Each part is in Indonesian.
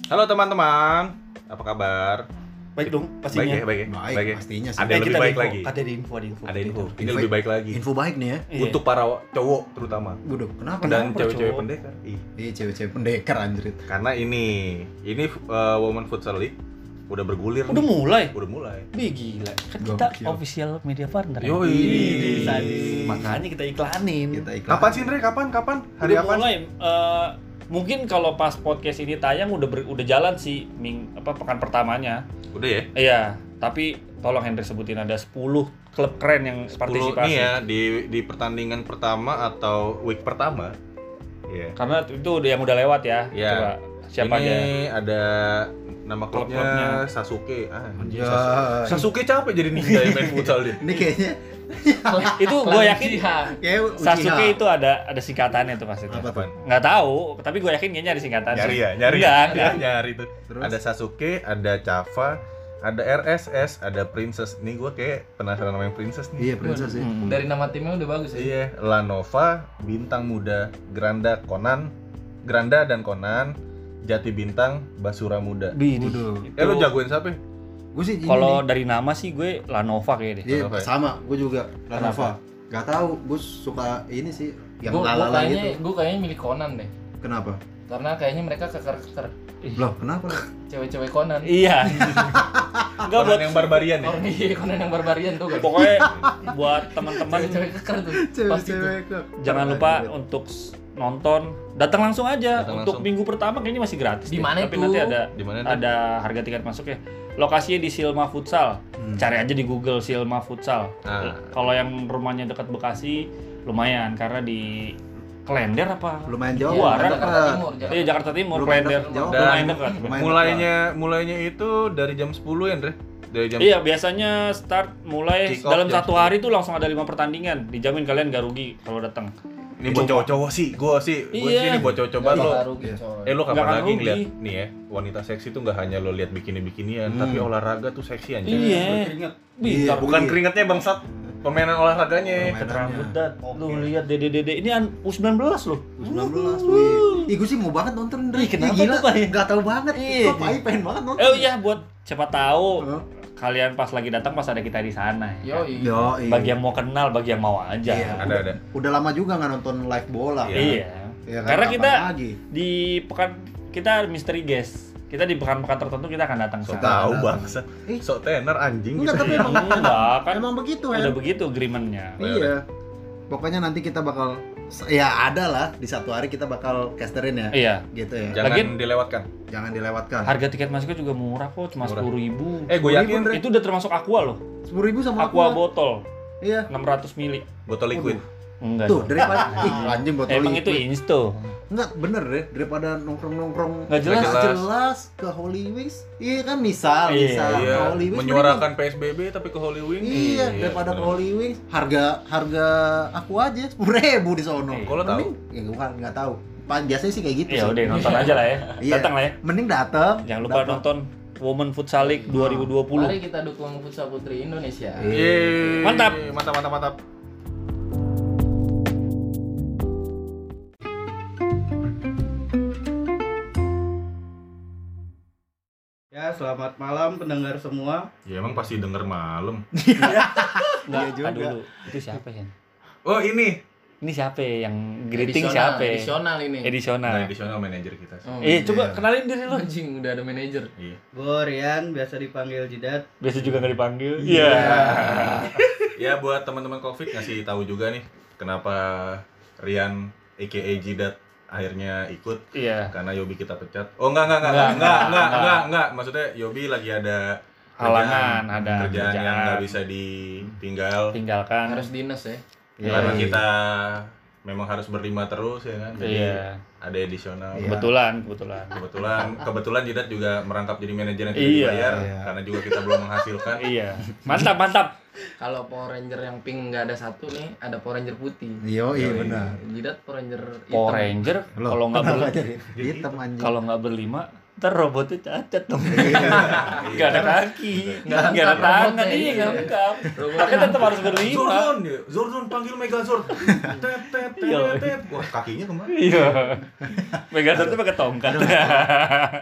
Halo teman-teman, apa kabar? Baik dong, pastinya. Baik ya. Pastinya sih. Ada yang lebih baik lagi. Ada info. Ada info. Ini lebih baik lagi. Info baik nih ya. Iya. Untuk para cowok terutama. Waduh, kenapa? Dan Kenapa cewek-cewek cowok? pendekar. Iya, cewek-cewek pendekar anjir. Karena ini Women Futsal League udah bergulir. Udah nih. mulai. Udah mulai. Wih gila, kan kita Gokil. official media partner. ya? Yoi. Wih, sadis. Makanya kita iklanin. Kita iklan. Kapan sih Andre? Kapan? Hari Udah apa? mulai. Mungkin kalau pas podcast ini tayang udah jalan sih pekan pertamanya. Udah ya? Iya, tapi tolong Henry sebutin ada 10 klub keren yang 10 partisipasi. nih ya di pertandingan pertama atau week pertama. Iya. Karena itu yang udah lewat ya. Iya. Coba siapa ini aja? ada nama klubnya Klub-klubnya. Sasuke. Anjir, Ya. Sasuke capek jadi ninja yang main futsal dia. Ini kayaknya Itu gue yakin kayak Sasuke itu ada singkatannya tuh pasti. Apa tuh? Nggak tahu, tapi gue yakin kayaknya ada singkatannya. Nyari Enggak. nyari tuh. Terus? Ada Sasuke, ada Chava, ada RSS, ada Princess. Nih gue kayak penasaran sama yang Princess nih. Iya, princess ya. Hmm. Dari nama timnya udah bagus ya. Iya, Lanova, Bintang Muda, Granda dan Conan, Jati Bintang, Basura Muda. Waduh. Itu- Lu jagoin siapa? Gue sih ini Kalau nih. dari nama sih gue Lanova kayaknya deh. Iya, Lanova ya? sama. Gue juga Kenapa? Lanova. Gak tahu, gue suka ini sih yang Gue lalala kayaknya gitu. milih Conan deh. Kenapa? Karena kayaknya mereka keker Loh, kenapa? cewek-cewek Conan. Iya. Enggak Conan buat yang barbarian ya? Oh iya, Conan yang barbarian tuh kan. pokoknya buat teman-teman Cewek-cewek keker tuh. Pasti tuh. Cewek-cewek kok. jangan lupa untuk nonton, datang langsung aja. Datang Untuk langsung. minggu pertama kayaknya masih gratis. Di deh. mana Tapi itu? nanti Di mana tuh? ada harga tiket masuknya. Lokasinya di Silma Futsal. Cari aja di Google Silma Futsal. Nah. Kalau yang rumahnya dekat Bekasi lumayan karena di Klender apa? Lumayan jauh. Buaran. Jakarta Timur. Iya Jakarta Timur, Lumayan Klender. dekat, jauh. Lumayan dekat. Lumayan Mulainya itu dari jam 10 ya, Andre? Dari jam Iya, biasanya start mulai Kick off dalam jam 1 hari tuh langsung ada 5 pertandingan. Dijamin kalian gak rugi kalau datang. Ini buat cowok-cowok sih, gue Iya. ini buat cowok-cowok banget lo. Baru gitu. coy. Lo Nggak kapan akan lagi rugi. ngeliat nih ya, wanita seksi tuh nggak hanya lo lihat bikini-bikinian, tapi olahraga tuh seksi anjir. Iya. Iya, Bentar. Bukan keringatnya bangsat, permainan olahraganya. Rambut dat. Lu lihat dede-dede ini U19 loh. 19. Wih. Ih, gue sih mau banget nonton. Dre. Ih, kenapa Ih, gila. tuh, Pak, ya? Gak tahu banget. Iya. Kok Pai pengen banget nonton. Oh iya, buat siapa tahu Hah? kalian pas lagi datang pas ada kita di sana ya. Yoi. Yo, iya. Bagi yang mau kenal, bagi yang mau aja. Iya. Ada. Udah lama juga nggak nonton live bola. Iya. Iya. Iya kan? Karena Kapan kita lagi? di pekan kita mystery guest. Kita di pekan-pekan tertentu kita akan datang ke Sok sana. tahu Ada. bangsat. Ih. Sok tenar anjing Enggak, gitu. tapi emang Enggak kan emang begitu udah ya. begitu agreementnya. Iya. Pokoknya nanti kita bakal ya ada lah di satu hari kita bakal casterin ya. Iya. Gitu ya. Jangan Lagian- dilewatkan. Jangan dilewatkan. Harga tiket masuknya juga murah kok, cuma Murah. 10.000. Gue yakin Dre. Itu udah termasuk aqua loh. 10.000 sama Aqua aku. botol Iya. 600 mili. botol liquid. Enggak. Tuh, dong. daripada anjing botol Emang itu liquid. insto. Enggak, bener deh, daripada nongkrong-nongkrong Nggak jelas. jelas ke Holy Wings. Iya kan misal Iya. ke Iya, Holy Wings. menyuarakan PSBB tapi ke Holy Wings. Iya, daripada ke Holy Wings, harga aku aja 10.000 di sono. Iya. Kalau tahu? Mending- Ya bukan enggak tahu. Biasanya sih kayak gitu Ya sih. udah nonton aja lah ya. Iya. Datang lah ya. Mending datang. Jangan lupa nonton Women Futsal League 2020. Mari kita dukung futsal putri Indonesia. Yeay. Mantap. Mantap. Ya, selamat malam pendengar semua. Ya emang pasti denger malam. Enggak, Iya juga. dulu. Itu siapa ya? Oh ini. Ini siapa ya? Yang greeting Edisional, siapa? ya? Edisional ini. Edisional. Nah, additional manager kita. Oh, Coba iya. kenalin diri lu. Anjing udah ada manajer. Iya. Gue Rian, biasa dipanggil Jidat. Biasa juga nggak dipanggil. Iya. Ya buat teman-teman Covid ngasih tahu juga nih kenapa Rian aka Jidat akhirnya ikut Iya. karena Yobi kita pecat. Oh enggak. Maksudnya Yobi lagi ada Halangan, ada kerjaan yang nggak bisa ditinggal. Tinggalkan. Harus dinas ya. Iya. Karena kita memang harus berlima terus ya kan. Jadi Iya. ada edisional. Iya. Kebetulan Jidat juga merangkap jadi manajer yang tidak Iya. dibayar Iya. karena juga kita belum menghasilkan. Iya. Mantap. Kalau Power Ranger yang pink nggak ada satu nih, ada Power Ranger putih. Iya, iya Yoi. benar. Jidat Power Ranger hitam. Power Ranger Loh, kalau nggak kenapa ber jadi hitam anjing? kalau nggak berlima, ntar robotnya cacat dong. Iya. Nggak ada kaki, nggak ada lengkap tangan, robotnya, iya iya. nggak lengkap. Robotnya Tapi tetap harus berlima. Zordon panggil Megazord. Tet. Iya. Wah, kakinya kemana? Iya. Megazord tuh pakai tongkat.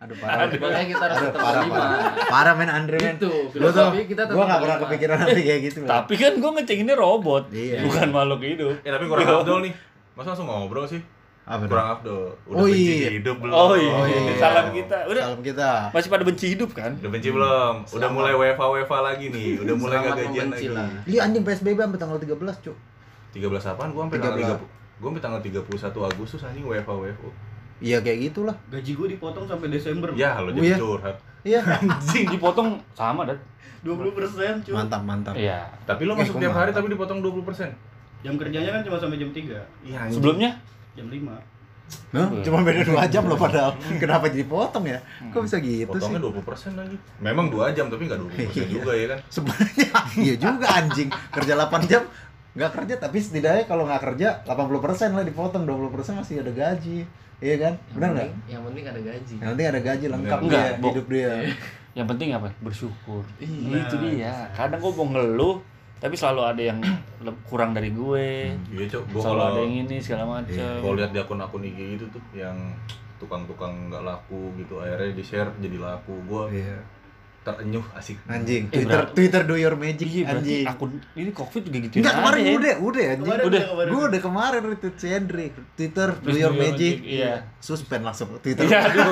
Aduh parah. Makanya kita harus Aduh, tetap parah, berlima. Parah men Andre men. Itu Gua tuh, filosofi kita tetap gua nggak pernah berlima. kepikiran nanti kayak gitu. men. Tapi kan gue ngecek ini robot, Iya. bukan makhluk hidup. Tapi kurang afdol nih. Masa langsung ngobrol sih? Apa dong? Kurang afdol. Udah Oh, benci iya. hidup belum? Oh iya, Oh, iya. salam kita. Udah Salam kita. masih pada benci hidup kan? Udah benci belum? Udah mulai WFA lagi nih. Udah mulai Selamat gak gajian membenci lagi. lah. Iya anjing PSBB sampai tanggal 13, Cuk. 13 apaan? Gua sampai tanggal 13. 30. Gua sampai tanggal 31 Agustus anjing WFO. Iya kayak gitulah. Gaji gue dipotong sampai Desember. Ya, lo Oh, jadi iya? curhat. Iya. Dipotong sama dan. 20% cuy. Mantap. Iya. Tapi lo masuk tiap mantap. hari tapi dipotong 20%. Jam kerjanya kan cuma sampai jam 3, Iya, anjing. Sebelumnya jam 5. Hah? Cuma beda 2 jam loh padahal. Kenapa jadi potong ya? Kok bisa gitu potongnya sih? 20% lagi. Memang 2 jam tapi enggak 20% juga ya kan. Sebenarnya iya juga anjing. Kerja 8 jam nggak kerja tapi setidaknya kalau nggak kerja 80% lah dipotong, 20% masih ada gaji. Iya kan? Benar nggak? Yang penting ada gaji. Yang penting ada gaji lengkap Enggak, dia, Bok. hidup dia. yang penting apa? Bersyukur. Iya. Itu dia. Kadang gue mau ngeluh, tapi selalu ada yang kurang dari gue. Iya, Cok. Gua Selalu kalau ada yang ini segala macam. kalau lihat di akun-akun IG itu tuh yang tukang-tukang nggak laku gitu akhirnya di-share jadi laku. Gua Iya. terenyuh asik. Anjing. berarti- Twitter do your magic Iya, berarti anjing. akun ini Covid juga gitu. Enggak kemarin udah anjing. Udah. Gue udah kemarin itu Cendri. Twitter do your magic. Iya. Suspend langsung Twitter. Iya, aduh.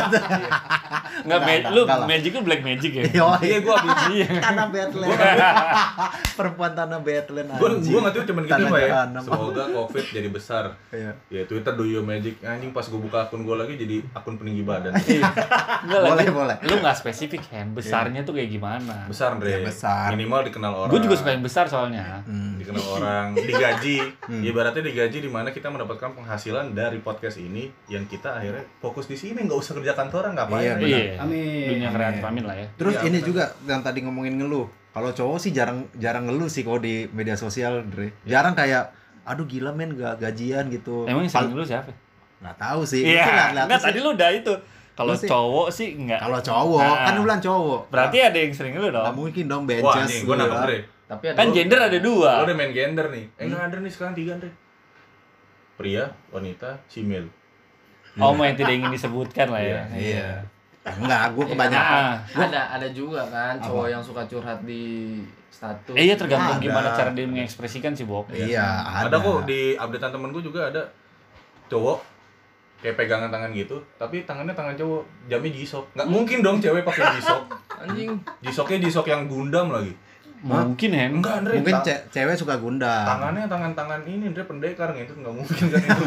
Enggak, lu enggak lah. magic lu black magic ya? Iya, Iya, gua habis tanah Batland. Perempuan tanah Batland Gua anjing. nggak tahu cuman gitu Tanah Pak ya. jahanam. Semoga Covid jadi besar. Iya. Ya Twitter do your magic anjing pas gua buka akun gua lagi jadi akun peninggi badan. Enggak Boleh, lagi. boleh. Lu enggak spesifik kan, besarnya tuh kayak gimana? Besar, Andre. Ya, besar. Minimal dikenal orang. Gue juga suka yang besar soalnya. Dikenal orang, digaji. Ibaratnya digaji di mana kita mendapatkan penghasilan dari podcast ini yang kita akhirnya fokus di sini, nggak usah kerja kantoran, ngapain? Iya, benar. Iya. Amin. Dunia kreatif amin lah ya. Terus Iya, ini benar. juga yang tadi ngomongin ngeluh. Kalau cowok sih jarang ngeluh sih kalau di media sosial, Dre. Jarang kayak aduh gila men gak gajian gitu. Emang yang sering dulu siapa? Nggak tahu sih. Iya. Itu lihat-lihat Enggak, sih. tadi lu udah itu. Kalau Lu sih- cowok sih enggak. Kalau cowok Nah. kan lu bilang cowok. Berarti ada yang sering lu Nggak dong. mungkin dong Wah, benches. anjing, gua nangkep, Andre. Tapi ada Kan gender ada dua. Lo udah main gender nih. Nggak ada nih sekarang 3, Andre. Pria, wanita, female. Oh, yang tidak ingin disebutkan lah ya. Iya. Enggak, gua kebanyakan. Ah. ada juga kan cowok yang suka curhat di status. Iya, tergantung Ada. gimana cara dia mengekspresikan sih, Bob. Iya, Ada kok di updatean temen gue juga ada cowok kayak pegangan tangan gitu, tapi tangannya tangan cowok, jamnya G-Shock. Nggak mungkin dong cewek pakai G-Shock. Anjing. G-Shocknya G-Shock yang Gundam lagi. Mungkin ya. Enggak, Andre. Mungkin cewek suka gundam. tangannya tangan-tangan ini, Andre pendekar gitu, nggak mungkin kan itu.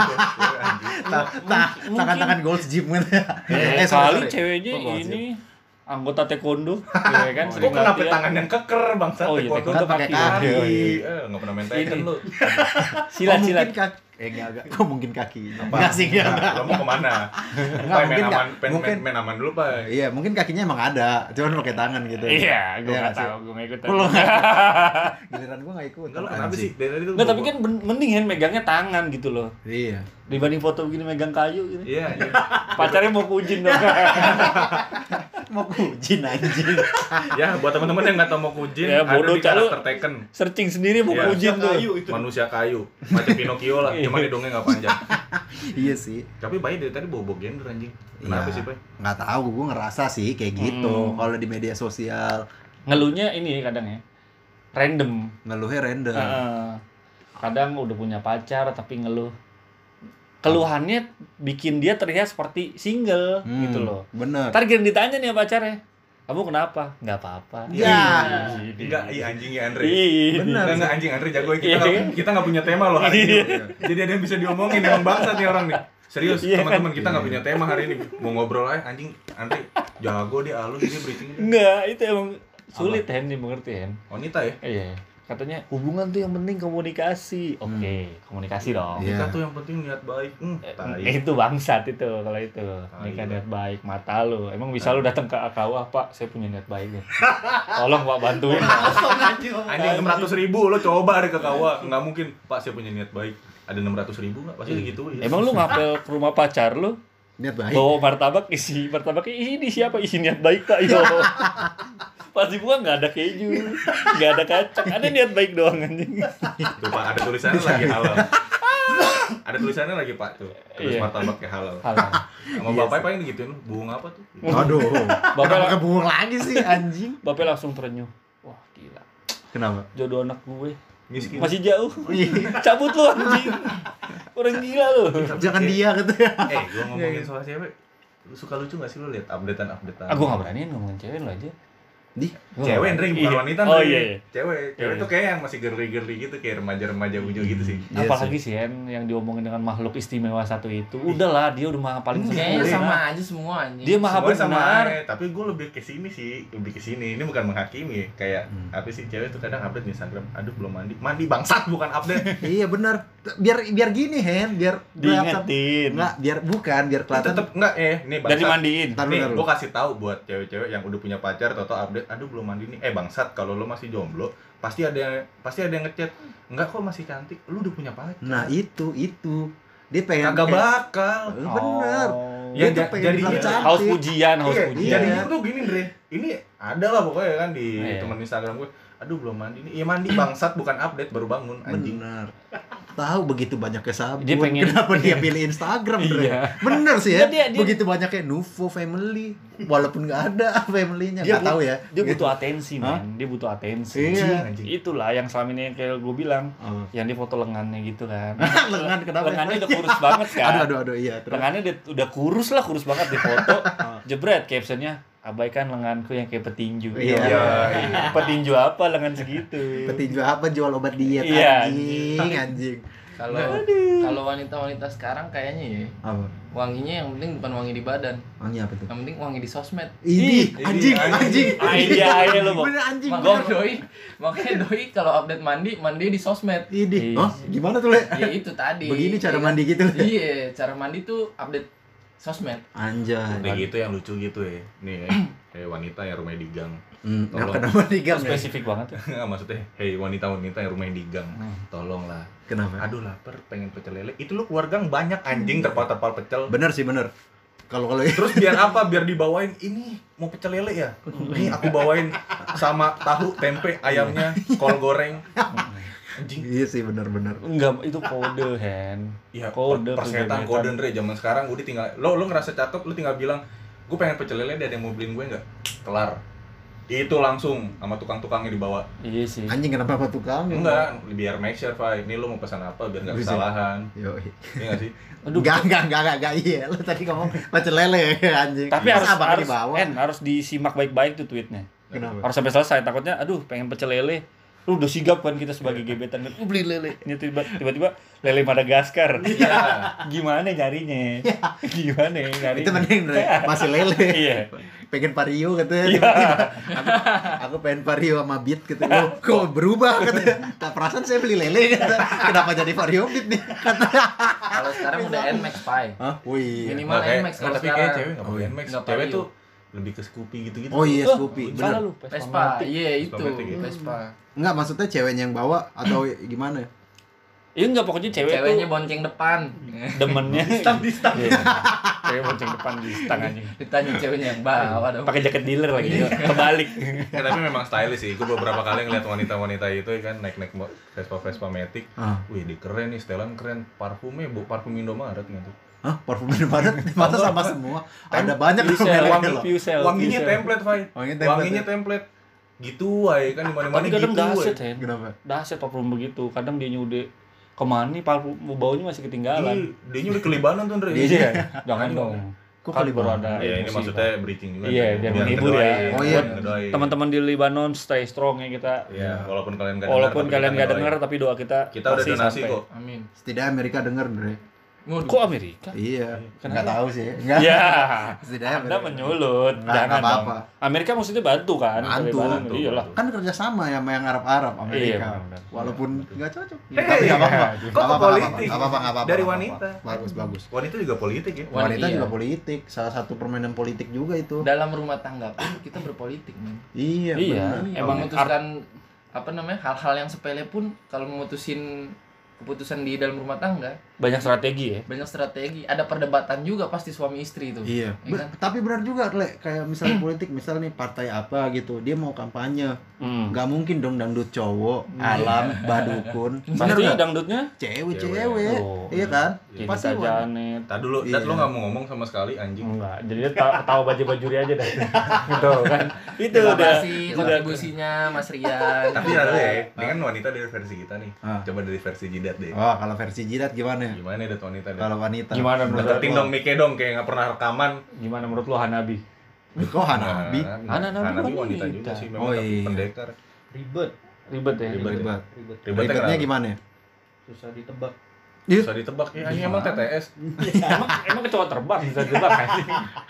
Tangan-tangan Gold's Gym kan. Kali sorry. ceweknya Oh, Gold's Gym. ini anggota taekwondo, ya kan? Kok Sering kenapa latihan. tangan yang keker bangsa? Oh iya, Taekwondo taekwondo pakai kaki. kaki. Oh, iya. Nggak pernah main Tekken Ini. lu. Silat, Oh, silat. mungkin kaki. Enggak. Kok mungkin kaki? Enggak sih, enggak. Lo mau kemana? Enggak, Pak, main mungkin aman, nggak. Mungkin. main aman dulu, Pak. Iya, mungkin kakinya emang ada, cuman pakai tangan gitu. Iya, gue Iya nggak nggak sih? tahu, gue nggak ikutan. Lu giliran gua enggak ikut. Enggak, lo kenapa sih? Dari tadi tuh Nggak, tapi kan mending kan megangnya tangan gitu loh. Iya. Dibanding foto begini megang kayu gitu. Iya, iya. Pacarnya mau kujin dong. Mau kujin anjing. Ya, buat teman-teman yang nggak tahu mau kujin, Ya, ada bodoh, di Cak, lu. karakter Tekken. Searching sendiri mau Iya. kujin tuh. Kayu itu. Manusia kayu, macam Pinocchio lah, cuma hidungnya nggak panjang. Iya sih. Tapi Bayi dari tadi bobo gender anjing. Kenapa Iya. sih, Pak? Nggak tahu, gua ngerasa sih kayak gitu. Kalau di media sosial Ngeluhnya ini kadang ya. Random. ngeluhnya random. Kadang udah punya pacar tapi ngeluh. Keluhannya bikin dia terlihat seperti single gitu loh. Bener. Ntar giliran ditanya nih sama pacarnya, kamu kenapa? Nggak apa-apa. Ya. Enggak, iya anjing ya Andre. Iya. Bener. Enggak anjing Andre jago kita Iya. kita nggak punya tema loh hari ini. Jadi ada yang bisa diomongin emang bangsat nih orang nih. Serius, Iya kan? teman-teman kita nggak punya tema hari ini. Mau ngobrol aja anjing Andre jago dia halus dia briefing. Enggak, itu emang sulit Hen dimengerti Hen. Wanita ya? Iya. Katanya hubungan tuh yang penting komunikasi. Oke, komunikasi dong. Iya. Nikah tuh yang penting niat baik. Tai. Itu bangsat itu kalau itu. Nikah iya. niat baik mata lu. Emang bisa lu datang ke AKW, Pak, saya punya niat baik nih. Tolong Pak bantuin. Anjing 600.000 lo coba deh ke kawa. Nggak mungkin, Pak saya punya niat baik. Ada 600.000 nggak? Pasti gitu ya. Emang lu ngapel ke rumah pacar lu? Niat baik. Bawa martabak martabaknya ini siapa? Isi niat baik Pak. Yo. Pasti bukan nggak ada keju, nggak ada kacang, ada niat baik doang anjing. Tuh Pak, ada tulisannya lagi halal. ada tulisannya lagi Pak tuh. Tulis Iya. martabak kayak halal. Halal. Sama bapaknya paling digituin, buung apa tuh? Aduh. Bapak Kenapa kebuang lagi sih anjing? Bapak langsung terenyuh. Wah, gila. Kenapa? Jodoh anak gue Miskin. masih jauh. Iya. Cabut lu anjing. Orang gila lu. Jangan dia gitu ya. Gua ngomongin soal cewek. Lu suka lucu gak sih lu lihat updatean? Aku enggak berani ngomongin cewek lu aja. Cewek, Andre, bukan Iya. wanita, Oh Andre. iya. Cewek Iya. tuh kayak yang masih girly-girly gitu, kayak remaja-remaja ujung gitu sih. Iya Apalagi sih yang diomongin dengan makhluk istimewa satu itu. Udahlah, dia udah maha paling Kayaknya sempurna. sama aja semua anjing. Dia maha Semuanya sama benar. aja, tapi gue lebih ke sini sih, Ini bukan menghakimi, kayak apa sih cewek tuh kadang update di Instagram, aduh belum mandi bangsat bukan update. Iya benar. Biar gini Hen, biar Diingetin. Enggak, biar kelihatan. Tetep enggak nih bangsat. Dan dimandiin. Ntar Nih, dulu. gue kasih tahu buat cewek-cewek yang udah punya pacar atau update, aduh belum mandi nih. Bangsat, kalau lo masih jomblo, pasti ada yang ngechat, enggak kok masih cantik, lu udah punya pacar. Nah, itu. Dia pengen Kagak kayak- bakal. Bener. Oh. Dia Ya, tuh pengen jadinya dibilang cantik. Haus pujian, haus Iya, pujian. jadinya tuh gini, Dre. Ini ada lah pokoknya kan di Iya. temen Instagram gue. Aduh belum mandi nih. Iya mandi bangsat, bukan update, baru bangun anjing. Bener. Tahu begitu banyaknya sabun. Dia pengen- Kenapa dia pilih Instagram, Dre? Iya. Bener sih ya. Dia- Begitu banyaknya Nuvo family, walaupun nggak ada family-nya, Dia nggak tahu ya. Dia Gitu. butuh atensi, Hah? man. Dia butuh atensi. Iya. Anjing. Itulah yang selama ini yang kayak gue bilang, Oh. yang dia foto lengannya gitu kan. Lengan kenapa? Lengannya udah kurus banget kan. Aduh, iya. Terus. Lengannya udah kurus banget di foto. Jebret captionnya, abaikan lenganku yang kayak petinju. Iya. Petinju apa lengan segitu? Petinju apa jual obat diet Iya, anjing. Kalau wanita-wanita sekarang kayaknya ya Apa? wanginya yang penting bukan wangi di badan, Wangi apa tuh? yang penting wangi di sosmed. Ini anjing. Iya lo, Bang. Bener anjing. Makanya doi kalau update mandi di sosmed. Ini. Iya Oh, sih. gimana tuh, Le? Ya itu tadi. Begini cara Iya kan? mandi gitu, Le. Iya, cara mandi tuh update sosmed. Anjay. Udah gitu yang lucu gitu ya. Nih, kayak wanita yang rumahnya di gang. Nggak Tolong. kenapa digang ya? Spesifik banget ya. Nggak, maksudnya, hey wanita-wanita yang rumahnya di gang. Tolonglah. Kenapa? Aduh lapar, pengen pecel lele. Itu lu keluar gang banyak anjing terpal-terpal pecel. Bener sih, bener. Kalau Terus biar apa? Biar dibawain ini mau pecel lele ya. Nih aku bawain sama tahu, tempe, ayamnya, kol goreng. Anjing. iya sih bener-bener. Enggak, itu kode, Hen. Ya Kode persetan kegebetan. kode Andre zaman sekarang udah tinggal lo ngerasa cakep lu tinggal bilang gue pengen pecel lele ada yang mau beliin gue nggak kelar itu langsung sama tukang-tukangnya dibawa Iya sih. Anjing kenapa apa tukang? enggak biar make sure Pak ini lo mau pesan apa biar nggak Bisa. kesalahan Yo. iya nggak sih Aduh. Enggak iya. Lu tadi ngomong pecel lele anjing. Tapi Masa abang harus dibawa. harus disimak baik-baik tuh tweetnya. Kenapa? Harus sampai selesai, takutnya aduh pengen pecel lele. Lu udah sigap kan kita sebagai gebetan kan. Beli lele. Ini tiba-tiba lele Madagaskar. iya Gimana nyarinya? Gimana nyarinya? Itu mending Dre. Masih lele. Iya. Pengen vario katanya. Iya. Aku pengen vario sama beat gitu. Loh, kok berubah katanya. Tak perasaan saya beli lele kata. Kenapa jadi vario beat nih? Katanya. Kalau sekarang udah NMAX Pi. Hah? Wih. Minimal NMAX kalau tapi kayak sekarang. cewek nggak pakai NMAX Nggak cewek Vario. tuh lebih ke Scoopy gitu-gitu Oh iya, Oh, Scoopy. salah Bener. lu. Vespa, iya itu Vespa ya? Vespa. Enggak, maksudnya ceweknya yang bawa atau gimana? Iya enggak, pokoknya cewek Ceweknya tuh bonceng depan. demennya di stang. Iya. Cewek bonceng depan di stang anjing. Ditanya ceweknya yang bawa dong. Pakai jaket dealer lagi, kebalik. tapi memang stylish sih gue beberapa kali ngeliat wanita-wanita itu kan naik-naik Vespa Matic Ah. wih di keren nih setelan keren parfumnya parfum Indomaret gitu Hah? Parfum Indomaret? Masa sama semua? Ada banyak Piusel, tuh mereknya wangi, loh. Piusel, wanginya Piusel. template, Fai. Wanginya template, Gitu wae kan di mana-mana Tapi gitu. kadang dahsyat, wae. Hen. Kenapa? Dahsyat parfum begitu. Kadang dia udah kemana nih parfum baunya masih ketinggalan. Dia udah kelibanan tuh, Andre. Iya, jangan dong. Kok Kan kali baru banget? ada Ya ini emosi, maksudnya Pak. breaching juga. Iya, sih. biar menghibur ngedoain, ya. Oh, iya. ngedoain. Teman-teman di Libanon stay strong ya kita. Ya, walaupun kalian nggak Walaupun dengar, kalian nggak ngedoain. dengar tapi doa kita kita udah pasti donasi sampai. kok. Amin. Setidaknya Amerika denger, Dre. Kok Amerika? Iya. Kenapa? Enggak tahu sih. Enggak. Ya, Setidaknya Anda Amerika. menyulut. Nggak Jangan dong. apa-apa. Amerika maksudnya bantu kan? Bantu. Taliban. Iyalah. Kan kerja sama ya sama yang Arab-Arab Iya, Amerika. benar. Walaupun enggak cocok. Hei, Tapi enggak apa-apa. kok Nggak apa-apa, politik? nggak apa-apa, nggak apa-apa, Dari nggak wanita. apa-apa. Bagus. Wanita juga politik ya. Wanita Iya. juga politik. Salah satu permainan politik juga itu. Dalam rumah tangga pun kita berpolitik, men. Iya, Iya. benar. Kalau Emang memutuskan apa namanya hal-hal yang sepele pun kalau memutusin keputusan di dalam rumah tangga Banyak strategi ya. banyak strategi, ada perdebatan juga pasti suami istri itu. Iya. Ya kan? Tapi benar juga, Le. Kayak misalnya politik, misal nih partai apa gitu, dia mau kampanye. Nggak mungkin dong dangdut cowok, alam, badukun. Bener Pasti nggak? dangdutnya Cewek. Oh, Iya kan? Cinta Pasti wajar. Janet. Tadi dulu, Iya. Dat lo nggak mau ngomong sama sekali anjing. Enggak, jadi dia tahu baju-bajuri aja dah. Gitu kan. Itu Terima udah. kasih kontribusinya Mas Rian. Tapi ada deh, ini kan wanita dari versi kita nih. Ah. Coba dari versi Jidat deh. Oh, kalau versi jidat gimana? Gimana Dat wanita deh? Kalau wanita. Gimana menurut Deketin lo? dong mic-nya dong, kayak nggak pernah rekaman. Gimana menurut lo Hanabi? Kok Hanabi? Hanabi wanita wanita. juga sih, memang Oh, tapi iya. pendekar. Ribet, Ribet ya. Ribet. Ribet. Ribetnya Ribetnya kenapa? gimana? susah ditebak. Susah ditebak. Ya, ini emang TTS. Emang kecoa terbang bisa ditebak anjing.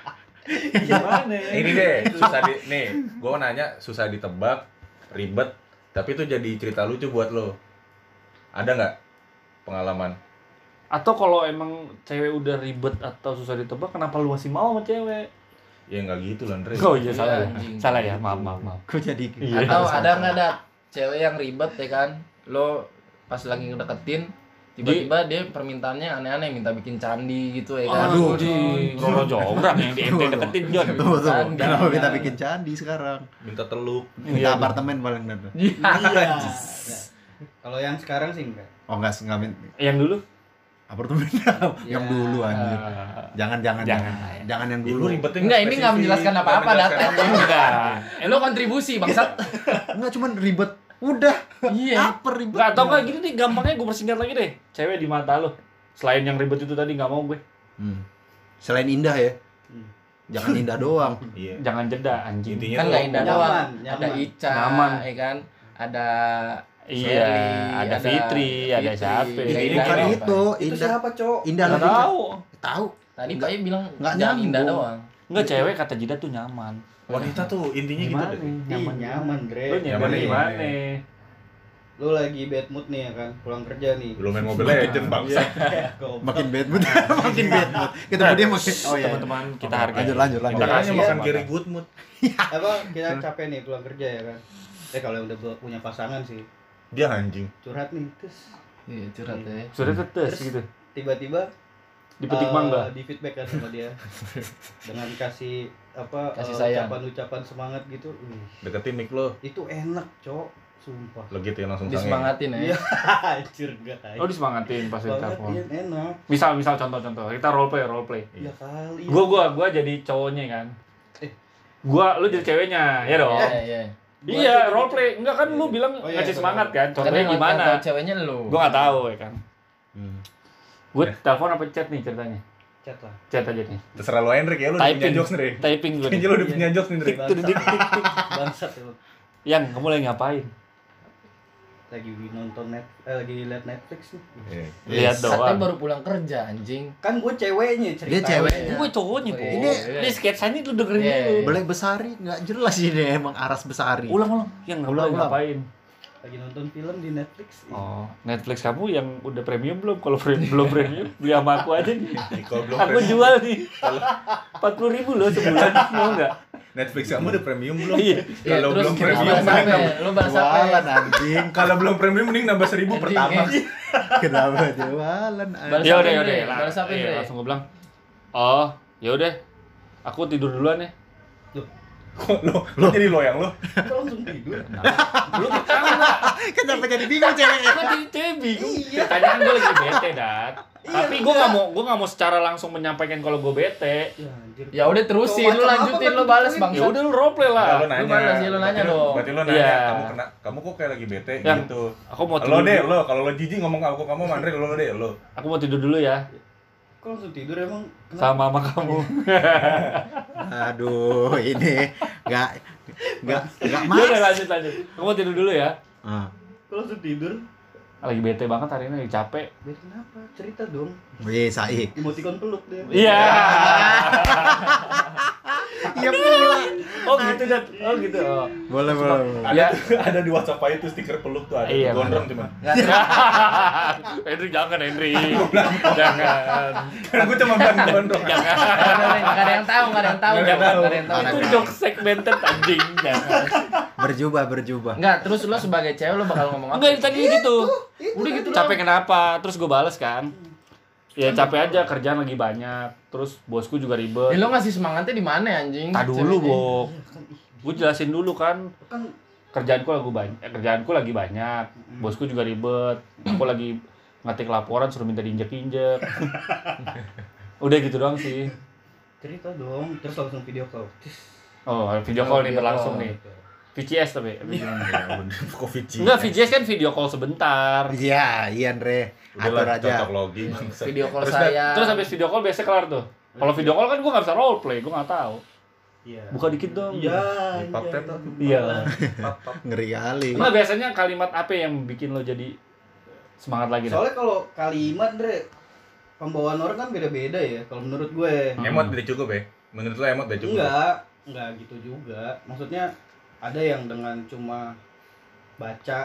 Gimana? Ini deh, susah nih, gua nanya susah ditebak, ribet, tapi itu jadi cerita lucu buat lo. Ada nggak pengalaman? Atau kalau emang cewek udah ribet atau susah ditebak, kenapa lu masih mau sama cewek? Ya nggak gitu lah, Andre. Oh iya salah. Iya, Ya. anjing. Salah ya, maaf. Kok jadi Iya. Atau ada nggak ada cewek yang ribet ya kan? Lo pas lagi ngedeketin tiba-tiba dia permintaannya aneh-aneh, minta bikin candi gitu ya kan? Aduh, di Roro Jonggrang yang di MT deketin Jon. Tuh, Candi. kenapa kita bikin candi sekarang? Minta teluk. Minta apartemen paling bener. Iya. Kalau yang sekarang sih enggak. Oh, enggak Yang dulu? apartemen. Yang dulu anjir. Jangan Jangan. yang Ya, lu dulu. ribetnya Enggak, ini nggak spesifik, menjelaskan apa-apa, nggak Data. menjelaskan Enggak. Lo kontribusi bangsat. Enggak cuman ribet. Udah. Iya. Apa ribet? Enggak atau enggak gini nih gampangnya gue persingkat lagi deh. Cewek di mata lo. Selain yang ribet itu tadi nggak mau gue. Selain indah ya. Jangan indah doang. Iya. Jangan jeda anjing. Intinya Kan tuh nggak indah doang. Nyaman. Ada Ica, Nyaman. ya kan? Ada Iya, Shelly, ada Fitri, ada siapa? Nggak Ini indah Bukan doang, itu, Itu indah. siapa, Cok? Indah Nggak lebih tahu. tahu. Tadi Pak bilang Nggak jangan nyambung. indah doang. Enggak cewek kata jeda tuh nyaman. wanita tuh intinya gitu deh. Nyaman, Dre. Lu Nyaman nyaman gimana? gimana? Lu lagi bad mood nih ya kan, pulang kerja nih. Belum main Mobile Legends bangsa. Goblok. Makin bad mood. Makin bad mood. Ketemu dia makin oh iya. Teman-teman kita hargai. Lanjut. Kita Kita hanya kasih makan ya, kiri good mood. Apa kita capek nih pulang kerja ya kan. Kalau yang udah punya pasangan sih Dia anjing. curhat nih, terus Iya, curhat ya. Sudah tetes gitu. tiba-tiba Dipetik mangga. di feedback kan sama dia dengan kasih apa Kasih sayang. ucapan semangat gitu. Deketin mic lo. Itu enak, Cok. Sumpah. Lo gitu ya langsung sange. Disemangatin ya. Iya, anjir enggak. Oh disemangatin pas di banget, telepon. iya, enak. Misal contoh. Kita role play. Ya kali. Gua jadi cowoknya kan. Lu jadi ceweknya, ya dong. Iya. Iya, role play. Enggak kan lu bilang Oh, iya, ngasih bener. semangat kan. Karena Contohnya yang gimana? tahu ceweknya lu. Gua enggak tahu ya kan. Gue Ya. telepon apa chat nih ceritanya? Chat lah. Chat aja nih. Terserah lo Hendrik ya, lo udah punya Typing. jokes nih. Typing gue. Kayaknya lo udah punya jokes nih, Hendrik. Bangsat emang. Yang kamu lagi ngapain? Lagi nonton lagi liat Netflix nih. Lihat Katanya doang. baru pulang kerja anjing. Kan gue ceweknya cerita. Dia ceweknya. Gue cowoknya, Po. Ini- Ini sketsanya lu dengerin Iya, dulu. iya. Belek Besari enggak jelas ini emang Aras Besari. Ulang. Yang kamu lagi Ulang. ngapain? Lagi nonton film di Netflix. Oh, Netflix kamu yang udah premium belum? Kalau belum premium, beli sama aku aja nih. Kalau belum Aku premium, jual nih. 40.000 loh sebulan, mau nggak? Netflix kamu udah premium belum? Iya. Ya, Kalau terus belum lu premium, balas mending apa? nambah- Lu balas apa? Jualan anjing. kalau belum premium mending nambah 1.000 pertama. Kenapa jualan? Balas Ya apa, udah, Andre? lah. Balas apa, Iya, Andre? langsung gue bilang, oh, ya udah, aku tidur duluan ya. Kok lo jadi lo yang lo? Kok langsung tidur? Lu ketawa. Kenapa jadi bingung ceweknya? Kok jadi cewek bingung? Tanya kan gue lagi bete, Dat. Tapi gue nggak mau secara langsung menyampaikan kalau gue bete. Ya anjir. Ya udah terusin, lu lanjutin, lu balas bang. Ya udah lu roleplay Nah, lah. lo nanya. balas, ya, lo nanya Berarti dong. Berarti lo nanya, Iya. kamu kok kayak lagi bete Yang, gitu. Aku mau Lo tidur. deh, dulu. lo kalau lo jijik ngomong aku kamu Mandre lo deh lo. Aku mau tidur dulu ya. Kok langsung tidur emang? Kenapa? Sama mama kamu. Aduh, ini enggak Ya udah mas. lanjut. Aku mau tidur dulu ya. Ah, Kok langsung tidur? Lagi bete banget hari ini, lagi capek. Biar kenapa? Cerita dong. wih Saik. Emoticon peluk dia. Iya. Iya pula. Oh gitu, Dat. Oh gitu. Oh. Boleh. Ya. Ada di WhatsApp aja tuh stiker peluk tuh ada. Iya, Gondrong cuma. Henry jangan Henry. Jangan. Kan gue cuma bilang gondrong. Jangan. Nggak ada yang tahu, nggak ada yang tahu. Nggak ada yang tahu. Nggak ada yang tahu. Itu jokes segmented anjing. Jangan. berjubah. Enggak, terus lo sebagai cewek lo bakal ngomong apa? Enggak, tadi gitu. Udah gitu Capek kenapa? Terus gue bales kan. Ya capek aja, kerjaan lagi banyak. Terus bosku juga ribet. Ya lo ngasih semangatnya di mana anjing? Tak dulu, Bok. Gue jelasin dulu kan. Kerjaanku lagi banyak. Bosku juga ribet. Aku lagi ngetik laporan suruh minta diinjek-injek. Udah gitu doang sih. Cerita dong, terus langsung video call. Oh, video call nih Video berlangsung call. nih. VCS tapi. Ya bener, covid. Enggak, VCS kan video call sebentar. Iya, Andre. Atur Udahlah, aja. cocok logi. bangsa. Video call Terus saya. Terus habis video call biasa kelar tuh. Kalau video call kan gue nggak bisa role play, gue nggak tahu. Iya. Buka dikit dong. Iya. Pap tap tuh. Iya. Pap tap. Ngeri kali. Nah, biasanya kalimat apa yang bikin lo jadi semangat lagi? Dah? Soalnya kalau kalimat Dre, pembawaan orang kan beda-beda ya. Kalau menurut gue. Emot udah cukup ya? Menurut lo emot udah cukup? Enggak gitu juga. Maksudnya ada yang dengan cuma baca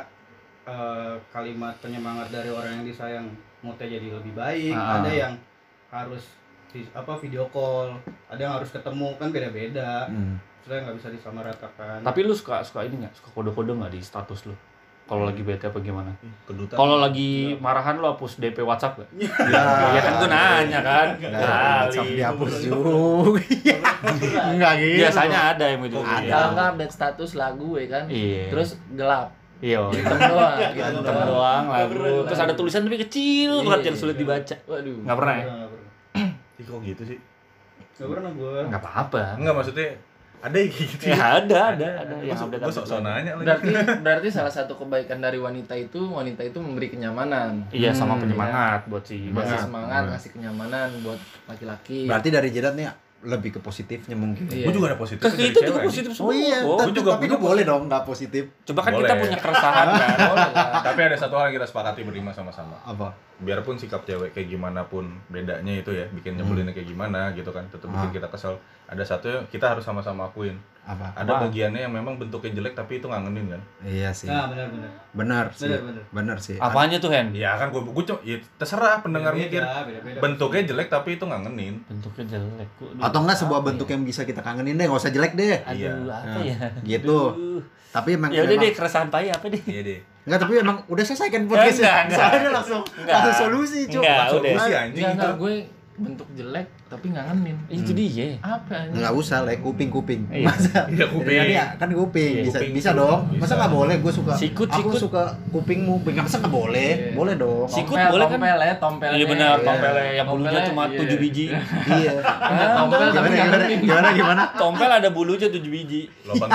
kalimat penyemangat dari orang yang disayang moodnya jadi lebih baik. Ada yang harus video call, ada yang harus ketemu, kan beda-beda. Sudah nggak bisa disamaratakan. Tapi lu suka ini nggak? Suka kode-kode nggak di status lu? Kalau lagi bete apa gimana? Kedutan. Kalau lagi marahan lo hapus DP WhatsApp gak? Ya, Ya kan gue nanya kan. WhatsApp Kali. dihapus juga. Enggak gitu. Biasanya ada yang begitu. Kalau nggak update status lagu ya kan. Iya. Terus gelap. Iya. Hitam doang. Hitam doang lagu. Terus ada tulisan tapi kecil banget yang sulit dibaca. Waduh. Nggak pernah ya? Nggak pernah. Ih, kok gitu sih? Nggak pernah gue. Nggak apa-apa. Enggak, maksudnya ada yang kayak gitu. Ya ada yang update Gue sok nanya lagi. Berarti salah satu kebaikan dari wanita itu memberi kenyamanan. Iya, sama penyemangat buat si Ngasih Bang. semangat, ngasih kenyamanan buat laki-laki. Berarti dari Jedat nih lebih ke positifnya mungkin. Iya. Gue juga ada positif. Ke dari itu cewek, juga anjing. positif Oh iya, semua. tapi juga punya nggak boleh dong nggak positif. Coba kan Boleh. kita punya keresahan kan. Boleh lah. Tapi ada satu hal yang kita sepakati berlima sama-sama. Apa? Biarpun sikap cewek kayak gimana pun bedanya itu ya, bikin nyebelinnya kayak gimana gitu kan, tetap bikin kita kesel. Ada satu yang kita harus sama-sama akuin. Apa? Ada bagiannya yang memang bentuknya jelek tapi itu ngangenin kan. Iya sih. Nah, benar-benar. Benar sih. Benar. Benar sih. Apanya tuh, Hen? Ya kan gue ya terserah pendengar mikir. Beda-beda. Bentuknya jelek tapi itu ngangenin. Bentuknya jelek. Atau enggak sebuah bentuk yang bisa kita kangenin deh, nggak usah jelek deh. Aduh, Iya. apa ya? Gitu. Aduh. Tapi emang Ya udah memang- deh, keresahan pai apa deh? Iya deh. Enggak, tapi emang udah selesaikan podcastnya. Enggak. Soalnya langsung solusi, Cuk. Enggak, Langsung udah. Solusi anjing Enggak, itu. gue bentuk jelek tapi ngangenin. Itu dia. Apa anjing? Enggak usah lah, kuping. Iya. Masa? Iya, kuping. Iya, kan kuping. Iya, Bisa kuping bisa itu dong. bisa. Masa enggak boleh? Gue suka. Sikut, Aku sikut. suka kupingmu. Masa enggak boleh? Iya. Boleh dong. Sikut Tompel, boleh kan? tompel ya, tompel. Iya benar, Iya. tompelnya yang bulunya Tompelnya, cuma iya. 7 biji. Iya. Tompel tapi Gimana ngangenin. gimana? Tompel ada bulunya 7 biji. Lobang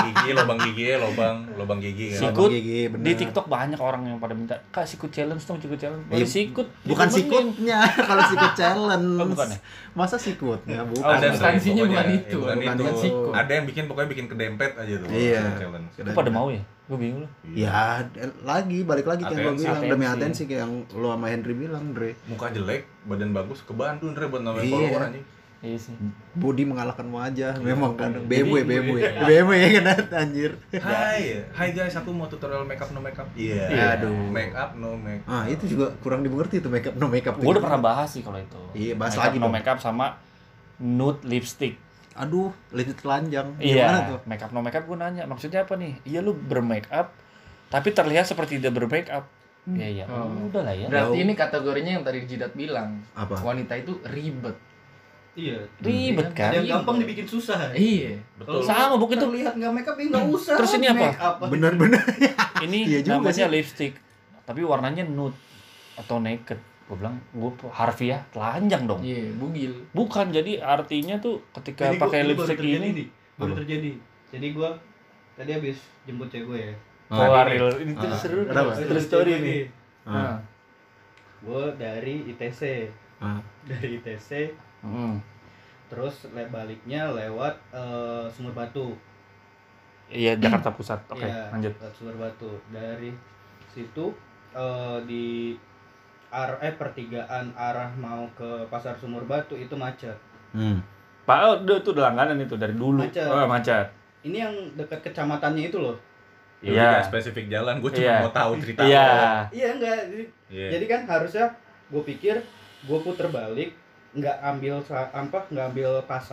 gigi kan. Sikut. gigi, bener. Di TikTok banyak orang yang pada minta, "Kak, sikut challenge dong, sikut challenge." Iya. Sikut. Bukan ditemenin. sikutnya, kalau sikut challenge. Oh, bukan ya? Masa sikutnya? Bukan. Ada substansinya pokoknya. bukan itu. Bukan Bukan itu. sikut. Ada yang pokoknya bikin kedempet aja tuh. Iya. Challenge. Lu pada mau ya? Gue bingung loh. Ya, balik lagi kayak gue Atensi, bilang demi atensi. atensi kayak yang lo sama Henry bilang, Dre. Muka jelek, badan bagus, kebantu Andre buat namanya Iya. follower anjing. Iya sih. Body mengalahkan wajah, memang kan. Jadi- BMW ya kan anjir. Hai guys, aku mau tutorial makeup no makeup. Iya. Iya. Aduh. Make up no make. Ah, itu juga kurang dimengerti tuh makeup no makeup. Gue udah pernah bahas sih kalau itu. Iya, bahas Makeup lagi no dong. makeup sama nude lipstick. Aduh, lilit telanjang. Gimana Iya, tuh? makeup no makeup gue nanya, maksudnya apa nih? Iya lu bermakeup tapi terlihat seperti tidak bermakeup. Iya, Oh. udah lah ya. Berarti ini kategorinya yang tadi Jidat bilang. Apa? Wanita itu ribet. Iya. Ribet kan? Ada yang gampang dibikin susah. Iya. Betul. Sama buk itu. Terlihat nggak makeup ya nggak usah. Terus ini apa? Make up. Bener-bener. Ini Iya juga namanya sih. lipstick. Tapi warnanya nude atau naked. Gue bilang, gue harfiah telanjang dong. Iya, bugil. Bukan, jadi artinya tuh ketika Jadi pakai baru lipstick terjadi ini nih. Baru Apa? terjadi. Jadi gua tadi habis jemput cewek gue ya. keluaril ini tuh Ah. seru. Kenapa? Terus story nih. Ah. Gue dari ITC. Ah. Dari ITC Hmm. terus baliknya lewat Sumur Batu. Iya, Jakarta Pusat. Oke, Iya, lanjut. lewat Sumur Batu. Dari situ di pertigaan arah mau ke Pasar Sumur Batu itu macet. Pak, oh, itu udah langganan itu dari dulu. Macet. Oh, macet. Ini yang dekat kecamatannya itu loh. Iya. Iya. Spesifik jalan, gue cuma Iya. mau tahu cerita. Iya. Iya enggak. Iya. Jadi kan harusnya gue pikir gue puter balik, nggak ambil pasar,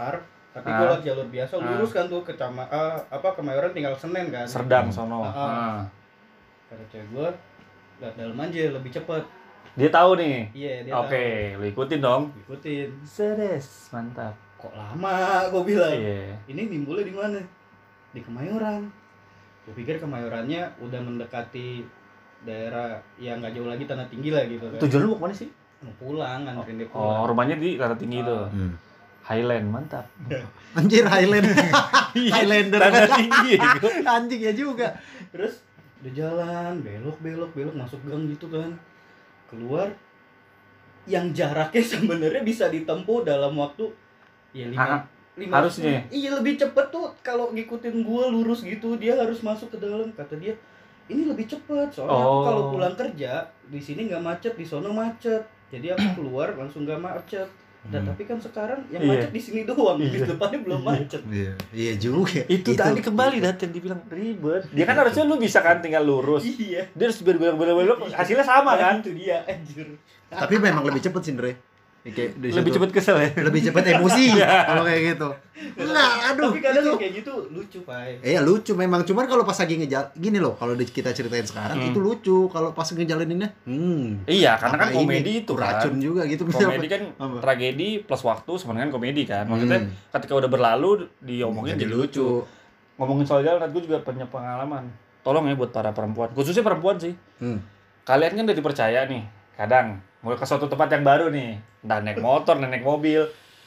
Tapi gue lewat jalur biasa, lurus kan tuh ke Kemayoran tinggal Senen kan. Serdang sono. Kata cewek gue, lihat dalam aja lebih cepet. Dia tahu nih. Iya, dia Oke, lu ikutin dong. ikutin. Sedes, mantap. Kok lama gue bilang. Iya. Ini nimbulnya di mana? Di Kemayoran. Gue pikir Kemayorannya udah mendekati daerah yang nggak jauh lagi Tanah Tinggi lah gitu kan. Tujuan lu mau kemana sih? Mau pulang, nganterin dia Oh, pulang. rumahnya di Tanah Tinggi itu. Highland, mantap. Anjir Highland. Highlander. Tanah Tinggi. Anjing ya juga. Terus udah jalan, belok masuk gang gitu kan. Keluar yang jaraknya sebenarnya bisa ditempuh dalam waktu ya 5 harusnya. Iya, lebih cepet tuh kalau ngikutin gua lurus gitu, dia harus masuk ke dalam. Kata dia, ini lebih cepet soalnya aku kalau pulang kerja di sini nggak macet, di sono macet. Jadi aku keluar langsung nggak macet. Dan tapi kan sekarang yang macet di sini doang, di depannya belum macet. Iya juga. Itu tadi kembali Dat yang dibilang ribet. Dia kan harusnya lu bisa kan tinggal lurus. Iya. Dia harus belok-belok hasilnya sama kan? Itu dia anjir. Tapi memang lebih cepet sih Andre. Lebih cepet kesel ya. Lebih cepet emosi kalau kayak gitu. Enggak, aduh. Tapi kadang itu. kayak gitu lucu, Pak. Iya lucu memang, cuman kalau pas lagi gini loh, kalau kita ceritain sekarang itu lucu, kalau pas ngejalaninnya Iya, karena kan apa komedi ini? itu racun kan. juga gitu. Komedi kan Apa? tragedi plus waktu sebenarnya kan komedi kan. Maksudnya ketika udah berlalu diomongin jadi lucu. Ngomongin soal jalan, gue juga punya pengalaman. Tolong ya buat para perempuan, khususnya perempuan sih. Kalian kan udah dipercaya nih, kadang mau ke suatu tempat yang baru nih, entah naik motor, naik mobil.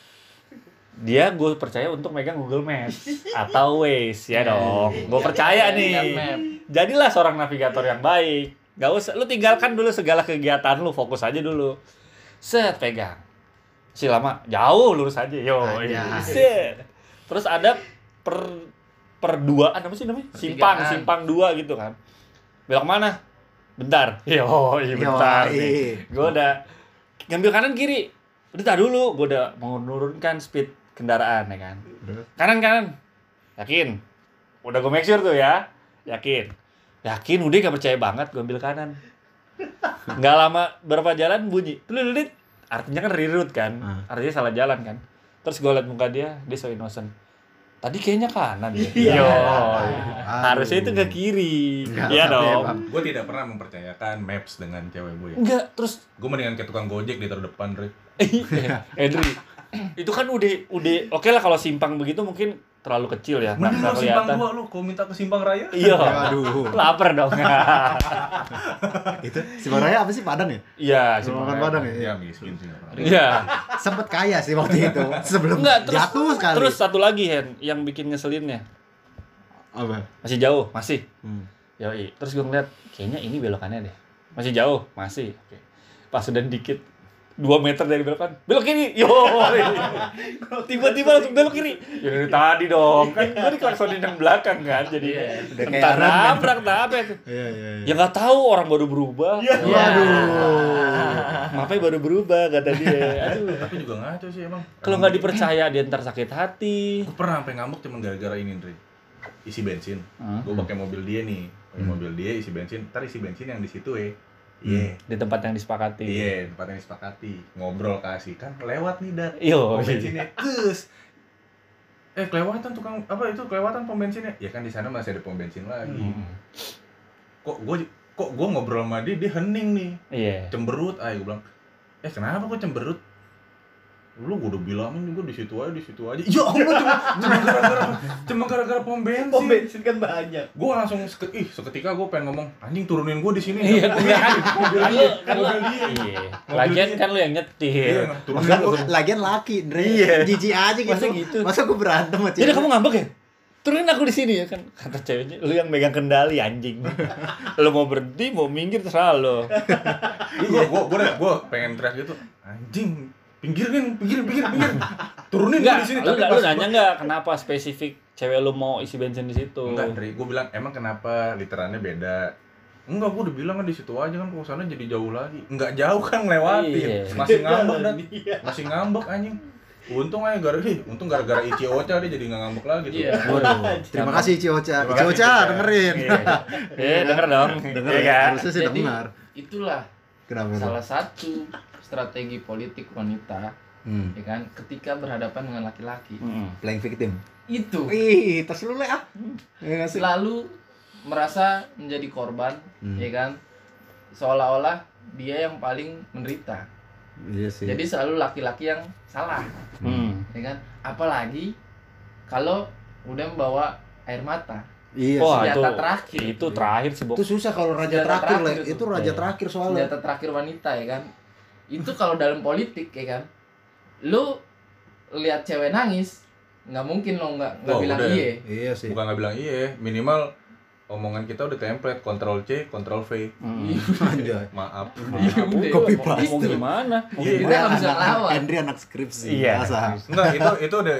Dia gue percaya untuk megang Google Maps atau Waze ya dong. Gue percaya nih. Jadilah seorang navigator yang baik. Gak usah, lu tinggalkan dulu segala kegiatan lu, fokus aja dulu. Set, pegang. Si lama, jauh lurus aja. Yo, set. Terus ada perduaan apa sih namanya? Simpang 2 gitu kan. Belok mana? Bentar. Yo, bentar nih. Gue udah ngambil kanan kiri. Bentar dulu, gue udah mau menurunkan speed kendaraan ya kan. Kanan. Yakin? Udah gue make sure tuh ya. Yakin, udah gak percaya banget, gue ambil kanan. Nggak lama berapa jalan bunyi. Tulit. Artinya kan reroute kan. Artinya salah jalan kan. Terus gue liat muka dia so innocent. Tadi kayaknya kanan ya. Harusnya itu ke kiri. Iya dong. Gue tidak pernah mempercayakan maps dengan cewek gue. Enggak, terus Gue mendingan ke tukang gojek di terdepan, Re. Edri, itu kan udah oke lah kalau simpang begitu mungkin terlalu kecil ya, Mending nggak lo simpang kelihatan. 2 lo, kau minta ke simpang raya. Iya. Aduh. Lapar dong. Itu Simpang Raya apa sih, Padang ya? Iya, Simpang simpang Padang Ya ya. miskin sih. Iya. Sempet kaya sih waktu itu. Sebelum Enggak, jatuh sekali. terus satu lagi Hen yang bikin ngeselinnya. Apa? Masih jauh, masih. Yoi. Terus gue ngeliat kayaknya ini belokannya deh. Masih jauh, masih. Oke. Pas udah dikit 2 meter dari belokan, belok kiri. Yo. Tiba-tiba langsung belok kiri. Ya dari tadi dong. Kan gue diklaksonin yang belakang kan. Jadi Udah kayak entah Iron Man. nabrak apa. Iya. Ya nggak tahu, orang baru berubah. Waduh. Ngapain baru berubah kata dia. Aduh. Tapi juga ngaco sih emang. Kalau nggak dipercaya dia ntar sakit hati. Gue pernah sampai ngambek cuma gara-gara ini, Andre. Isi bensin. Gue pakai mobil dia nih. Mobil dia isi bensin. Ntar isi bensin yang di situ Di tempat yang disepakati. Iya, tempat yang disepakati. Ngobrol kasih kan lewat nih Dat. Yo. Pom bensinnya. Terus kelewatan tukang apa itu kelewatan pom bensinnya. Ya kan di sana masih ada pom bensin lagi. Kok gue ngobrol sama dia hening nih. Iya. Cemberut gue bilang. Kenapa kok cemberut? Lu gue udah bilangin juga di situ aja. Ya Allah, cuma gara-gara pom bensin. Pom bensin kan banyak. Gue langsung seketika gue pengen ngomong, anjing turunin gue di sini. Iya, kan mobil dia. Iya. Lagian kan lu yang nyetir. Iya, turunin gue. Lagian laki, Andre. Iya. Jijik aja gitu. Masa gitu? Masa gue berantem sama Jadi cewek? kamu ngambek ya? Turunin aku di sini ya kan. Kata ceweknya, lu yang megang kendali anjing. Lu mau berhenti, mau minggir terserah lo. Gue pengen teriak gitu, anjing. Pinggir. Turunin gue Enggak, di sini. lu nanya enggak kenapa spesifik cewek lu mau isi bensin di situ? Enggak, Dri. Gue bilang emang kenapa literannya beda? Enggak, gue udah bilang kan di situ aja kan, ke sana jadi jauh lagi. Enggak jauh kan ngelewatin. Iya. Masih ngambek dan masih ngambek anjing. Untung gara-gara Ichi Ocha dia jadi nggak ngambek lagi tuh. Iya. Waduh. Terima kasih Ichi Ocha. Terima Ichi kasih, Ocha Ichi. dengerin. Denger dong. Denger Iya ya. kan? Harusnya sih Jadi dengar. itulah Kenapa? salah satu strategi politik wanita ya kan, ketika berhadapan dengan laki-laki Playing victim. itu Ih, tas lu Le ah. Ya nggak sih? selalu merasa menjadi korban, ya kan, seolah-olah dia yang paling menderita. Iya sih. Jadi selalu laki-laki yang salah, ya kan, apalagi kalau udah membawa air mata. Iya Wah, sih. senjata itu terakhir. Itu terakhir sih, Bok. Itu susah kalau raja Senjata terakhir, Le. terakhir Itu tuh. raja Iya. terakhir soalnya. Senjata terakhir wanita, ya kan. Itu kalau dalam politik, ya kan, lu lihat cewek nangis, nggak mungkin lo nggak Wah, bilang udah. iya. Iya sih. Bukan nggak bilang iya, minimal omongan kita udah template, Ctrl C, Ctrl V. Anjay. Maaf. Copy Mau paste. gimana? Iya. Kita nggak bisa ngelawan. Henry anak skripsi. Iya. Biasa. Enggak, itu udah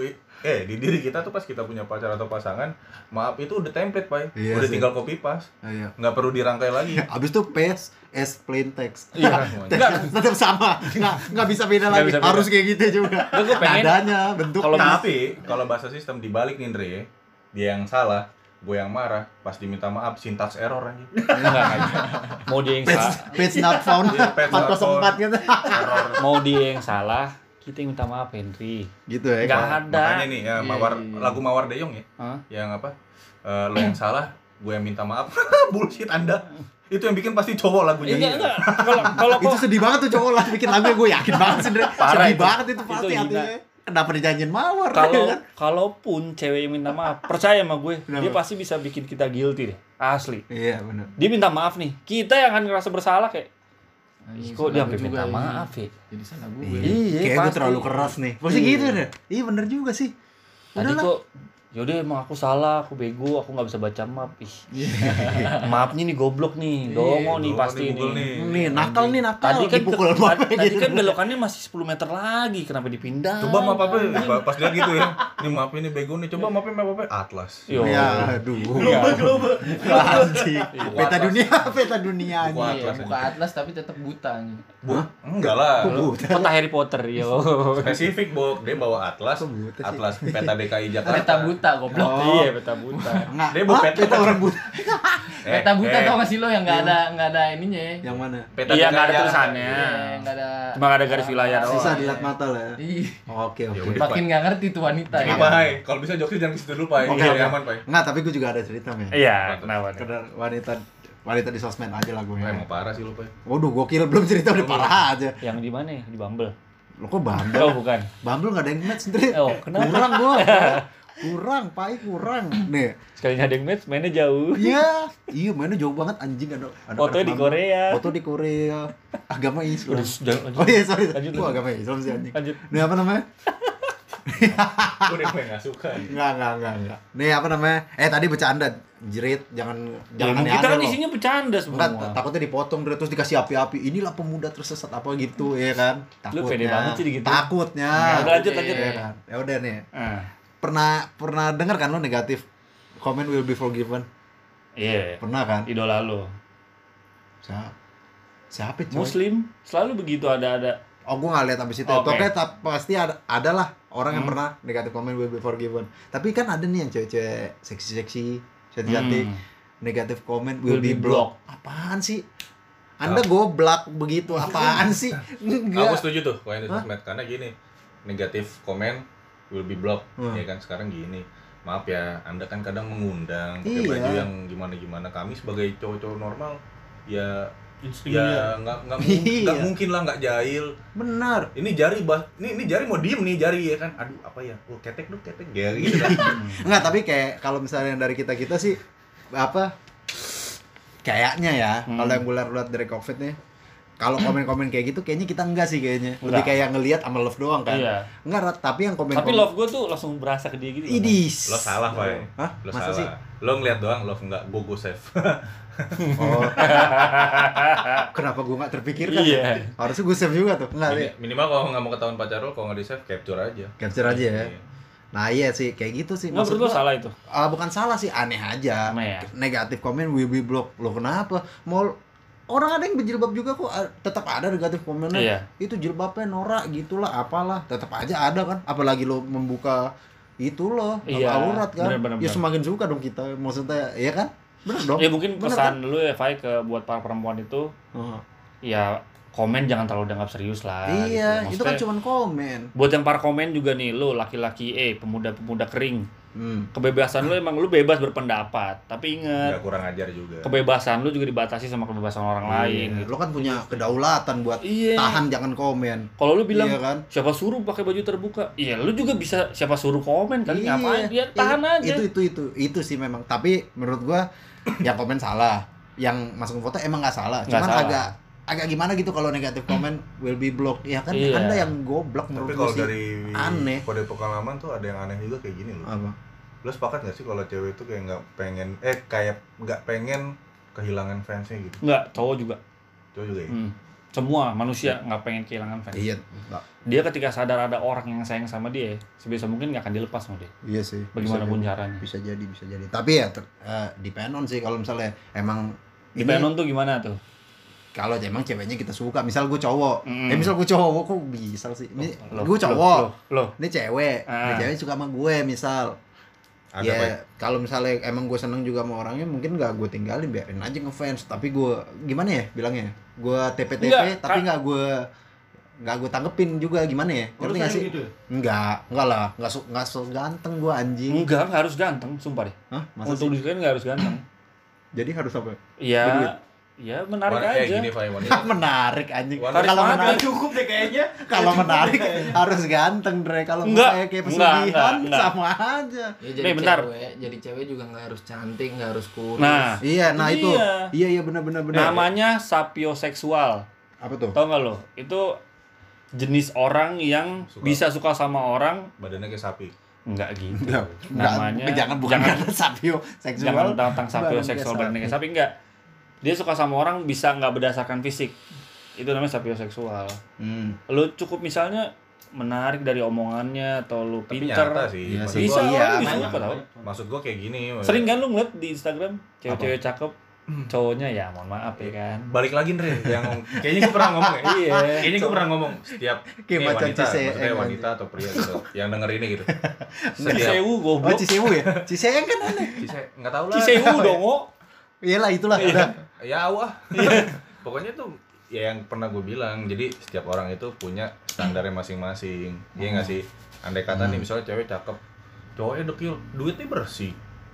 di diri kita tuh pas kita punya pacar atau pasangan, maaf itu udah template, Pak. Iya Udah sih. tinggal copy paste. Iya. Nggak perlu dirangkai lagi. Abis itu paste as plain text. Iya. Tetap sama. Nggak bisa beda Nggak lagi. bisa beda. Harus kayak gitu juga. Gua pengen- Nadanya, bentuknya. Kalau Tapi kalau bahasa sistem dibalik nih, Andre, dia yang salah, gue yang marah, pas diminta maaf syntax error anjing. Enggak. Mau dia yang salah, Page not found. Iya, page not 404 gitu. Error. mau dia yang salah, kita yang minta maaf, Henry. Gitu ya. Nggak Kak. ada. Makanya nih ya, Mawar, Iya. lagu Mawar Deyong ya, Hah? yang apa? Lo yang salah, gue yang minta maaf. Bullshit Anda. Itu yang bikin pasti cowok lagunya. Enggak. Kalau Itu kok sedih banget tuh cowok lah bikin lagu, gue yakin banget sih Dre. Parah Sedih itu. banget itu pasti Itu hatinya. gila. Kenapa dijanjiin mawar? kalau ya kan? kalaupun cewek yang minta maaf, percaya sama gue, Kenapa? dia pasti bisa bikin kita guilty deh. Asli. Iya benar. Dia minta maaf nih, kita yang akan ngerasa bersalah kayak, Anjing, kok dia salah sampai gua minta juga, maaf ya? Jadi salah gue. Iya, Kayak gue pasti. terlalu keras nih. Pasti Iya. gitu deh. Iya bener juga sih. Tadi Udahlah. kok, yaudah emang aku salah, aku bego, aku nggak bisa baca map. Ih, maafnya nih goblok nih, dongo nih Google pasti Google nih. Nih nakal nih nakal. Tadi kan dipukul map tadi gitu. kan belokannya masih 10 meter lagi, kenapa dipindah? Coba maaf apa? Pas lihat gitu ya. Ini maaf ini bego nih. Coba maafin apa? Atlas. Yo. Ya aduh. Iya. Anjing. Peta Atlas. dunia, peta dunia Buku anjing. Atlas Iya, buka atlas tapi tetap buta nih. Enggak lah. Kota Harry Potter, yo. Spesifik, Bok. Dia bawa atlas. Kok buta sih? Atlas peta DKI Jakarta. Peta buta goblok. Iya, peta buta. Enggak. Dia bawa Peta orang buta. Peta buta tau gak sih lo yang nggak ada ininya ya? Yang mana? Peta Iya, DKI nggak ada Jakarta. tulisannya. Iya, nggak ada. Cuma ada garis wilayah doang. Sisa dilihat mata lah ya. Ih, Oke Ya oke. udah. makin nggak ngerti tuh wanita Ini ya. Pai, kalau bisa jokesnya jangan ke situ dulu, Pai. Oke, Biar oke. aman, Pai. Enggak, tapi gue juga ada cerita men. Iya, kenapa nih? Sekedar wanita di sosmed aja lah gue. Wah, emang parah sih lu, Pai. Waduh, gokil belum cerita udah parah aja. Yang di mana ya? Di Bumble. Lo kok Bumble? Oh, bukan. Bumble nggak ada yang match sendiri. Oh, kenapa? Kurang gua. Kurang, Pai kurang. Nih. Sekalinya ada yang match, mainnya jauh. Iya, iya mainnya jauh banget anjing ada Fotonya di Korea. Foto di Korea. Agama Islam. Udah, jangan lanjut. Oh iya, sorry. Lanjut, Gua lanjut. agama Islam sih anjing. Lanjut. Nih apa namanya? Udah gue enggak suka. Enggak. Nih apa namanya? Tadi bercanda. Jerit, jangan Jangan aneh-aneh kita kan loh. isinya bercanda Enggak, semua. takutnya dipotong terus dikasih api-api. Inilah pemuda tersesat apa gitu, ya kan? Lu pede banget sih gitu. Takutnya. Udah, lanjut. Ya kan? Ya udah nih. Ah. Pernah dengar kan lo negatif comment will be forgiven? Iya. Pernah kan? Idola lo. Siapa coy? Muslim selalu begitu ada. Oh, gue nggak lihat abis itu. Oke. Pokoknya pasti ada lah orang yang pernah negatif comment will be forgiven. Tapi kan ada nih yang cewek-cewek seksi-seksi, cantik-cantik, negatif comment will be blocked. Apaan sih? Anda goblok begitu, apaan sih? Aku Enggak. setuju tuh kalau yang di sosmed karena gini, negatif komen will be blocked. Ya kan sekarang gini. Maaf ya, Anda kan kadang mengundang pakai Iya. baju yang gimana-gimana. Kami sebagai cowok-cowok normal ya Iya. nggak Iya. mungkin lah nggak jahil. Benar. Ini jari ini jari mau diem nih jari ya kan. Aduh apa ya? Oh, ketek dong ketek ya gitu kan. Enggak, tapi kayak kalau misalnya dari kita sih apa kayaknya ya, kalau yang gue lihat dari Covid nih, kalau komen-komen kayak gitu kayaknya kita enggak sih kayaknya. Lebih Enggak. kayak ngelihat sama love doang kan. Iya. Enggak, tapi yang komen Tapi love gue tuh langsung berasa ke dia gitu. Idis. Lo salah, Pak. Hah? Lo Masa salah. sih? Lo ngeliat doang, lo nggak go save. Oh. Kenapa gue nggak terpikirkan? Iya. Harusnya gue save juga tuh. Enggak, Li. Minimal kalau nggak mau ketahuan pacar lo, kalau nggak di save capture aja. Capture aja ya. Iya. Nah iya sih, kayak gitu sih. Nggak Maksud menurut lo gua, salah itu. bukan salah sih, aneh aja. Aneh ya? Negatif komen will be blocked. Lo kenapa? Mau orang ada yang berjilbab juga kok tetap ada negatif komennya. Iya. Itu jilbabnya norak gitulah, apalah. Tetap aja ada kan. Apalagi lo membuka itu loh, Iya, aurat kan. bener. Ya semakin suka dong kita. Maksudnya, ya kan? Bener dong. Ya mungkin Bener pesan dulu ya Fai ke buat para perempuan itu kan? Oh. ya komen jangan terlalu dianggap serius lah. Iya, gitu. itu kan Maksudnya, cuman komen. buat yang para komen juga nih, lo laki-laki pemuda-pemuda kering. Kebebasan lo emang lo bebas berpendapat, tapi ingat Nggak kurang ajar juga. kebebasan lo juga dibatasi sama kebebasan orang lain. Gitu. Lo kan punya kedaulatan buat Iya. tahan jangan komen. Kalau lu bilang Iya kan? siapa suruh pakai baju terbuka, iya lu juga bisa siapa suruh komen kali ngapain? Ya tahan aja. Itu sih memang. Tapi menurut gua yang komen salah, yang masukin foto emang nggak salah. Nggak Cuman salah. agak gimana gitu kalau negatif komen will be blocked. Ya kan Iya. Anda yang goblok Tapi menurut kalau gua sih. dari Aneh. kode pengalaman tuh ada yang aneh juga kayak gini loh. Apa? Lo sepakat gak sih kalau cewek itu kayak nggak pengen kehilangan fansnya gitu? Enggak, cowok juga. Cowok juga ya? Semua manusia nggak pengen kehilangan fans. Iya. Dia ketika sadar ada orang yang sayang sama dia, sebisa mungkin nggak akan dilepas sama dia. Iya sih. Bagaimanapun caranya. Bisa jadi. Tapi ya depend on sih kalau misalnya emang Di penon tuh gimana tuh? kalau emang ceweknya kita suka, misal gue cowok, Mm. misal gue cowok kok bisa sih? Ini Loh, gue cowok, loh. ini cewek, ini cewek suka sama gue misal. Ada Ya Pak? kalau misalnya emang gue seneng juga sama orangnya, mungkin nggak gue tinggalin, biarin aja ngefans. Tapi gue gimana ya bilangnya? Gue TP Enggak, tapi nggak gue tanggepin juga, gimana ya? Ngerti nggak sih? Gitu. Enggak lah, nggak so ganteng gue anjing. Nggak harus ganteng, sumpah deh. Hah? Masa Untuk sih? disukain nggak harus ganteng. Jadi harus apa? Iya, Berduit. ya menarik aja. Gini Pak, wanita. Menarik anjing. Wanita Kalau banget, menarik Cukup deh kayaknya. kalau menarik harus ganteng, Dre. Kalau Enggak, kayak enggak, pesugihan enggak. sama aja. Ya jadi bentar. cewek juga nggak harus cantik, nggak harus kurus. Nah, Iya, nah itu. Iya. Iya benar. namanya sapioseksual. Apa tuh? Tau nggak lo? Itu jenis orang yang bisa suka sama orang Badannya kayak sapi. enggak gitu. Namanya Namanya bukan karena sapio seksual. jangan tentang sapioseksual Badan badannya kayak sapi enggak. Dia suka sama orang bisa nggak berdasarkan fisik. Itu namanya sapioseksual. Lo cukup misalnya menarik dari omongannya atau lu Tapi pinter. nyata sih. Iya Maksud sih. Bisa, gua- Iya, orang bisa memang. apa tau. Maksud gua kayak gini. Sering kan lu ngeliat di Instagram cewek-cewek cakep, cowoknya ya mohon maaf ya kan. Balik lagi Andre yang kayaknya gua pernah ngomong ya. Iya. Kayaknya gua pernah ngomong setiap Kayak nih, macam wanita, Cise- maksudnya wanita atau pria gitu yang denger ini gitu. Cisewu Oh, goblok. Cisewu ya? Ciseeng kan aneh. Cise enggak tahu lah. Cisewu dong, oh. Iyalah itulah. Ya wah. Pokoknya tuh ya yang pernah gue bilang, jadi setiap orang itu punya standarnya masing-masing. Iya nggak sih? Andai kata nih misalnya cewek cakep, cowoknya dekil, duitnya bersih.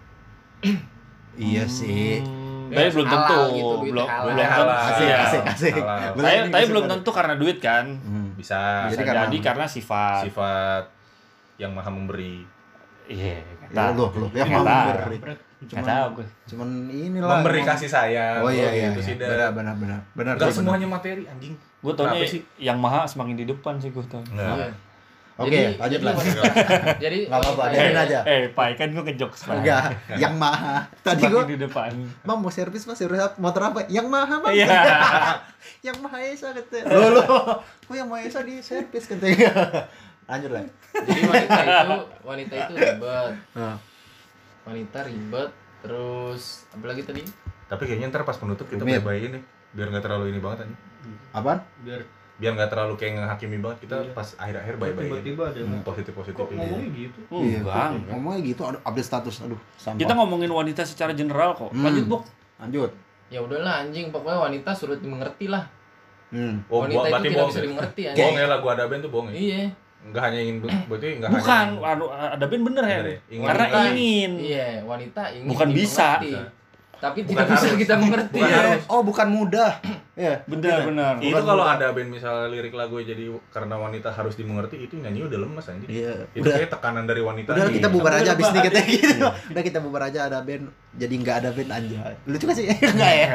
Iya sih. Tapi belum tentu, halal gitu, duitnya belum halal. belum tentu. Halal. Asik, Iya. asik. Halal. Boleh ini Tapi bisa belum boleh. tentu karena duit kan. Bisa. Bisa Jadi jadi karena sifat. Sifat yang maha memberi. Iya, Ya, loh, yang Nggak mau tahu. memberi. Nggak tahu gue. Cuman inilah. Memberi emang. kasih sayang. Oh iya. Gitu sih, Dan. Benar. Nggak sih, semuanya materi anjing. Gue taunya Kenapa sih? yang maha semakin di depan sih gue tau. Nggak. Iya. Oke, Jadi- lanjut jadi lah. Jadi Nggak apa-apa, wanita biarin itu- aja. Pai kan gue ngejokes Pai. Enggak, yang maha. Tadi Semakin gua, di depan. Bang mau servis Mas, servis apa? Motor apa? Yang maha, Bang. Iya. Yang Maha Esa katanya. Loh. Kok yang Maha Esa di servis katanya. Lanjut lah. Jadi wanita itu ribet. Nah. Wanita ribet, terus apa lagi tadi? Tapi kayaknya ntar pas penutup kita Rumit. baik-baikin nih. Biar nggak terlalu ini banget anjing. Apaan? Biar nggak terlalu kayak ngehakimi banget, kita pas akhir-akhir baik-baikin. Tiba-tiba ada yang Positif-positif kok ini. ngomongnya gitu. Iya, Enggak. ngomongnya gitu, aduh, update status, aduh, sampah. Kita ngomongin wanita secara general kok. Lanjut, Bok. Lanjut. Ya udahlah anjing, pokoknya wanita suruh dimengerti lah. Oh, Wanita berarti itu tidak bohong bisa ya? dimengerti Bohong anjing. ya, lagu ada band tuh bohong ya? Iya. Enggak hanya ingin, berarti enggak Bukan, hanya aduh, ada band bener ya. Bener ya? Ingin Karena dimengerti. ingin. Iya, wanita ingin Bukan bisa. dimengerti. Tapi Bukan tidak bisa harus. kita mengerti. Bukan ya. harus. Oh, bukan mudah. Ya, Benar. itu kalau ada band misalnya lirik lagu jadi karena wanita harus dimengerti, itu nyanyi udah lemes anjing. Iya, Itu udah. kayak tekanan dari wanita. Udah nih. kita bubar aja abis ini Udah katanya gitu. Udah kita bubar aja, ada band jadi nggak ada band anjay. Lucu gak sih? Enggak ya?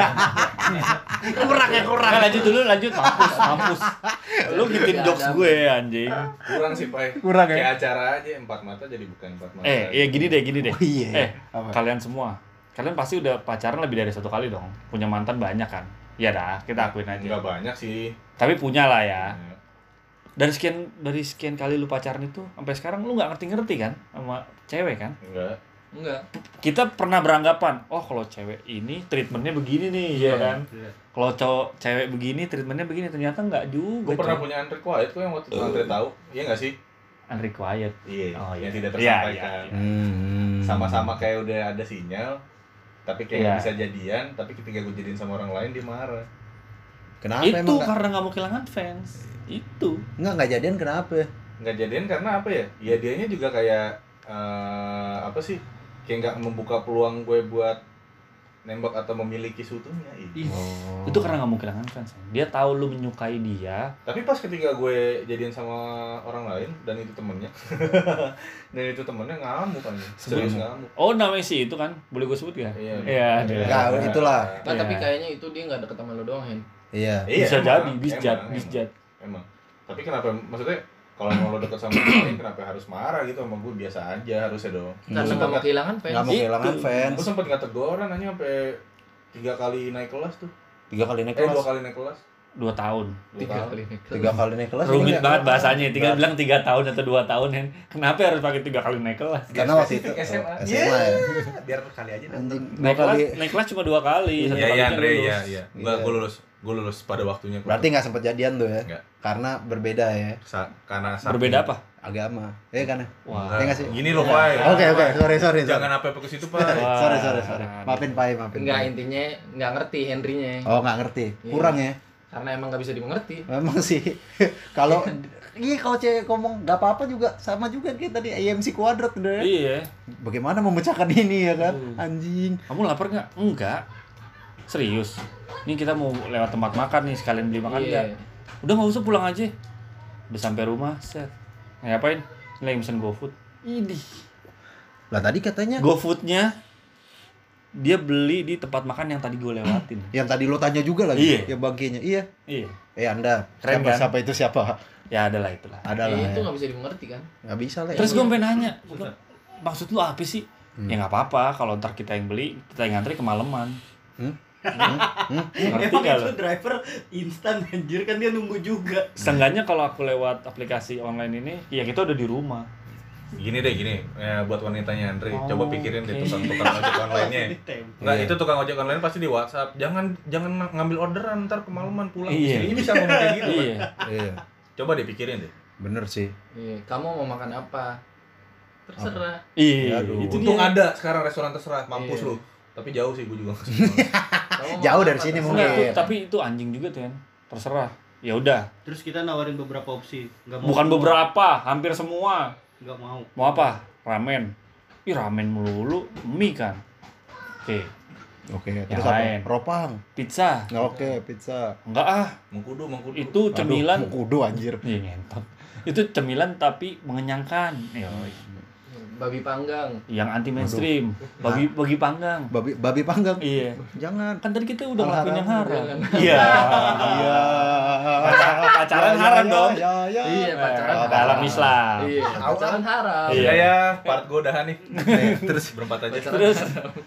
kurang. Nah, lanjut dulu, mampus. Lu bikin Nggak jokes ada. gue anjing. Kurang sih, Pai. Kurang ya? Kayak acara aja empat mata jadi bukan empat mata. Ya gini deh. Oh iya. Eh, kalian semua. Kalian pasti udah pacaran lebih dari satu kali dong. Punya mantan banyak kan? Iya dah, kita akuin aja. Enggak banyak sih. Tapi punya lah ya. Dari sekian kali lu pacaran itu sampai sekarang lu nggak ngerti kan sama cewek kan? Enggak. Enggak. Kita pernah beranggapan, oh kalau cewek ini treatmentnya begini nih, ya kan? Kalau cewek begini treatmentnya begini, ternyata nggak juga. Gue pernah coy. punya unrequited kok yang waktu itu Andre tahu. Iya enggak sih? Unrequited. Iya. Oh, yang iya. tidak Iya, tersampaikan. iya. Sama-sama kayak udah ada sinyal, tapi kayak Iya. nggak bisa jadian, tapi ketika gue jadiin sama orang lain dia marah. Kenapa Itu emang? karena nggak mau kehilangan fans. Itu. Nggak jadian kenapa? Nggak jadian karena apa ya? Ya dianya juga kayak apa sih? Kayak nggak membuka peluang gue buat nembak atau memiliki sutunya. Oh. Itu karena nggak mau kehilangan fans. Dia tahu lu menyukai dia. Tapi pas ketika gue jadian sama orang lain dan itu temennya, ngamuk kan, serius ngamuk. Oh, namanya sih itu kan, boleh gue sebut gak? Iya. Iya. Nggak, itulah. Nah, tapi Iya. kayaknya itu dia nggak deket sama lo doang, Hen. Iya. Bisa emang, jadi, bisjat. Emang. Tapi kenapa? Maksudnya kalau mau lo deket sama orang lain, kenapa harus marah gitu sama gue? Biasa aja harusnya dong. Karena nggak mau kehilangan fans. Nggak mau kehilangan Itu. fans. Gue sempet nggak teguran aja sampai 3 kali naik kelas tuh. 3 kali naik 2 kelas. kali naik kelas. 2 tahun. 2 tahun. 3 kali naik kelas. Rumit juga. banget bahasanya. Tinggal bilang 3 tahun atau 2 tahun kan. Kenapa harus pakai 3 kali naik kelas? Karena waktu itu SMA. SMA ya. Biar kali aja. Anjing. Naik kelas cuma 2 kali. Satu Iya, kalinya Andre, lulus. iya. Gue lulus pada waktunya. Berarti nggak sempat jadian tuh ya? Nggak. Karena berbeda ya Karena Berbeda apa? agama. Iya kan? Wah. Iya nggak sih? Gini loh, Pai. Oke, sorry. Jangan apa-apa ke situ, Pai. Sorry. Maafin Pai. Enggak, intinya nggak ngerti Henry-nya. Oh, nggak ngerti. Iya. Kurang ya. Karena emang nggak bisa dimengerti. Memang sih. Kalau kalau cewek ngomong nggak apa-apa juga sama juga kayak tadi AMC kuadrat udah. Iya. Bagaimana memecahkan ini ya kan? Anjing. Kamu lapar nggak? Enggak. Serius. Ini kita mau lewat tempat makan nih, sekalian beli makan Iya. enggak? Udah nggak usah, pulang aja. Udah sampai rumah, set. Ngapain? Lagi pesen GoFood. Idih. Lah tadi katanya GoFoodnya dia beli di tempat makan yang tadi gue lewatin. yang tadi lo tanya juga lagi Iya. yang bangkainya. Iya. Iya. Anda Keren kan? siapa itu siapa? Ya adalah itulah. Ada lah. Itu Ya. nggak bisa dimengerti kan? Nggak bisa lah. Terus ya. gue sampai nanya, maksud lu apa sih? Ya nggak apa-apa, kalau ntar kita yang beli, kita yang ngantri kemalaman. Ngerti Emang nggak itu lo? driver instan anjir, kan dia nunggu juga. Seenggaknya kalau aku lewat aplikasi online ini, ya kita udah di rumah. Gini deh, ya, buat wanitanya Andre, Oh, coba pikirin deh oke. tukang ojek online-nya. Nggak, Iya. itu tukang ojek online pasti di WhatsApp. Jangan ngambil orderan ntar kemalaman pulang. Iya. Istrinya bisa ngomong kayak gitu. Kan? Iya. Iya. Coba deh pikirin deh. Bener sih. Iya. Kamu mau makan apa? Terserah. Iya, Aduh. itu Untung dia. ada sekarang restoran terserah, mampus Iya. lu. Tapi jauh sih gue juga. Kamu mau Jauh makan dari apa? sini Terserah. mungkin. Enggak, tapi itu anjing juga tuh, Yan. Terserah. Ya udah. Terus kita nawarin beberapa opsi. Nggak mau Bukan semua. beberapa, hampir semua. Nggak mau. Mau apa? Ramen. Ih, ramen melulu, mie kan. Oke, Oke, Yang terus apa? lain. Ropang. pizza. Nggak oke, pizza. Enggak ah, Mengkudu. itu cemilan. Aduh, kudu anjir. Iya, ngentot. Itu cemilan tapi mengenyangkan. Yoi. Babi panggang. Yang anti mainstream. Babi panggang. Babi panggang. Iya. Jangan. Kan tadi kita udah Hal ngelakuin yang haram. haram. Jangan. Iya. Iya. Pacaran haram dong. Ya. Iya, pacaran Oh, haram. dalam Islam. Iya, pacaran haram. Iya. Iya ya, part gue udahan nih. Terus berempat aja. Pacaran Terus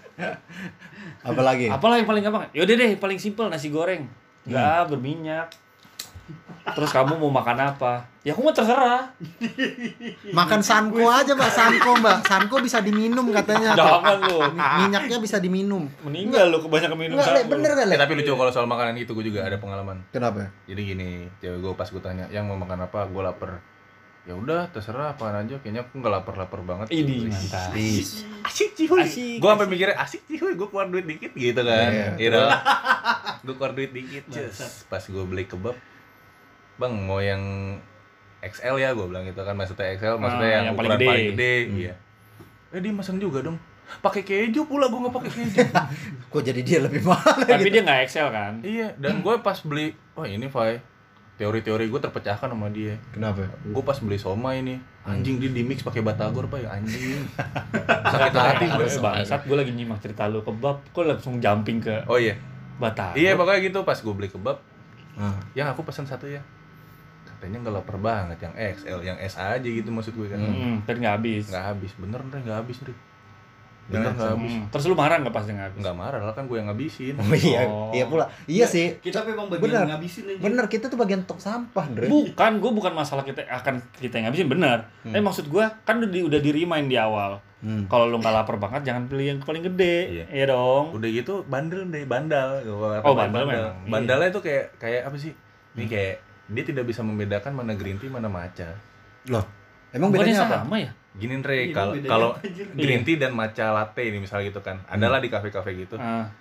Apalagi? apalah yang paling gampang? Yaudah deh, paling simpel nasi goreng. Enggak berminyak. Terus kamu mau makan apa? Ya aku mau terserah. Makan sanko aja, Mbak. Sanko bisa diminum katanya. Jangan lu. Minyaknya bisa diminum. Meninggal lu kebanyakan minum Enggak, Le, sabu. bener kan, Le? Tapi lucu kalau soal makanan itu gue juga ada pengalaman. Kenapa? Jadi gini, cewek gue pas gue tanya, yang mau makan apa? Gue lapar. Ya udah, terserah apaan aja. Kayaknya aku nggak lapar banget. Ini mantap. Asik cihuy. Asik. Gue sampai mikirnya asik cihuy. Gue keluar duit dikit gitu kan. Iya. Gitu. Gue keluar duit dikit. Just. Pas gue beli kebab, bang mau yang XL ya, gue bilang gitu kan. Maksudnya XL, maksudnya yang yang paling ukuran gede. paling gede. Iya. Dia mesen juga dong. Pakai keju pula, gue nggak pakai keju. Kok jadi dia lebih mahal Tapi gitu? dia nggak Excel kan? Iya. Dan gue pas beli, wah ini Fai, teori-teori gue terpecahkan sama dia. Kenapa? Gue pas beli somai nih, anjing dia di mix pakai batagor Pak, ya anjing. Sakit hati gue. Bangsat, gue lagi nyimak cerita lu kebab, kok langsung jumping ke Oh iya. Batagor. Iya pokoknya gitu, pas gue beli kebab, Ah. yang aku pesan satu ya. Katanya nggak lapar banget, yang XL, yang S aja gitu maksud gue kan. Tapi nggak habis. Nggak habis, bener Ndre, nggak habis Ndre. Bener nggak habis. Terus lu marah nggak pas dia nggak habis? Nggak marah lah, kan gue yang ngabisin. Oh iya, Oh. iya pula. Iya sih. Kita memang bagian Bener. ngabisin aja. Bener, kita tuh bagian tok sampah, Ndre. Bukan, gue bukan masalah kita yang ngabisin, benar. Tapi maksud gue kan udah di remind di awal. Kalau lu nggak lapar banget, jangan pilih yang paling gede. Iya. Iya dong. Udah gitu bandel deh, bandal. Oh, bandel memang. Bandalnya itu kayak apa sih? Ini kayak dia tidak bisa membedakan mana green tea mana matcha. Loh, emang Bukannya bedanya apa? sama ya? Gini Ndre, Iya, kalau bedanya kalau apa, anjir? green tea dan matcha latte ini misalnya gitu kan. Adalah di kafe-kafe gitu. Ah,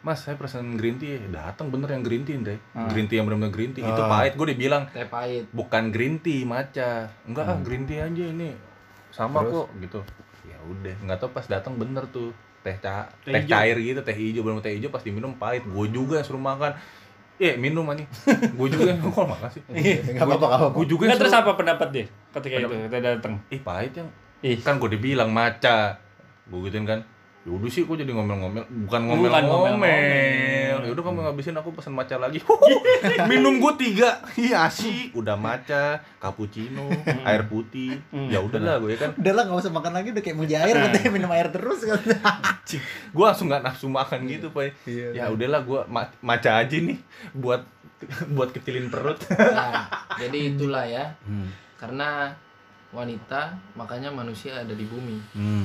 Mas saya pesen green tea. Datang bener yang green tea deh. Green tea yang benar-benar green tea. Itu pahit. Gue dibilang Teh pahit. bukan green tea matcha. Enggak green tea aja ini. Sama kok gitu. Ya udah, enggak tahu pas datang bener tuh teh cair gitu, teh hijau, belum teh hijau pas diminum pahit. Gue juga yang suruh makan. Minum anjing. Gue juga yang kok makan sih. Enggak apa-apa. Gue juga Enggak, yang terus suruh. apa pendapat dia ketika itu kita datang? Pahit yang. Ih. Kan gue dibilang matcha. Gue gituin kan. Yaudah sih, gue jadi ngomel-ngomel. Bukan ngomel-ngomel. ngomel-ngomel. Yaudah kamu ngabisin, aku pesen matcha lagi. Minum gue 3. Iya asik. Udah matcha, cappuccino, air putih. Ya udahlah gue kan. Udah lah, nggak usah makan lagi, udah kayak mau air katanya, minum air terus kan. Gue langsung nggak nafsu makan gitu, Pak. Ya udahlah, gue matcha aja nih buat kecilin perut. Nah, jadi itulah ya. Karena wanita, makanya manusia ada di bumi.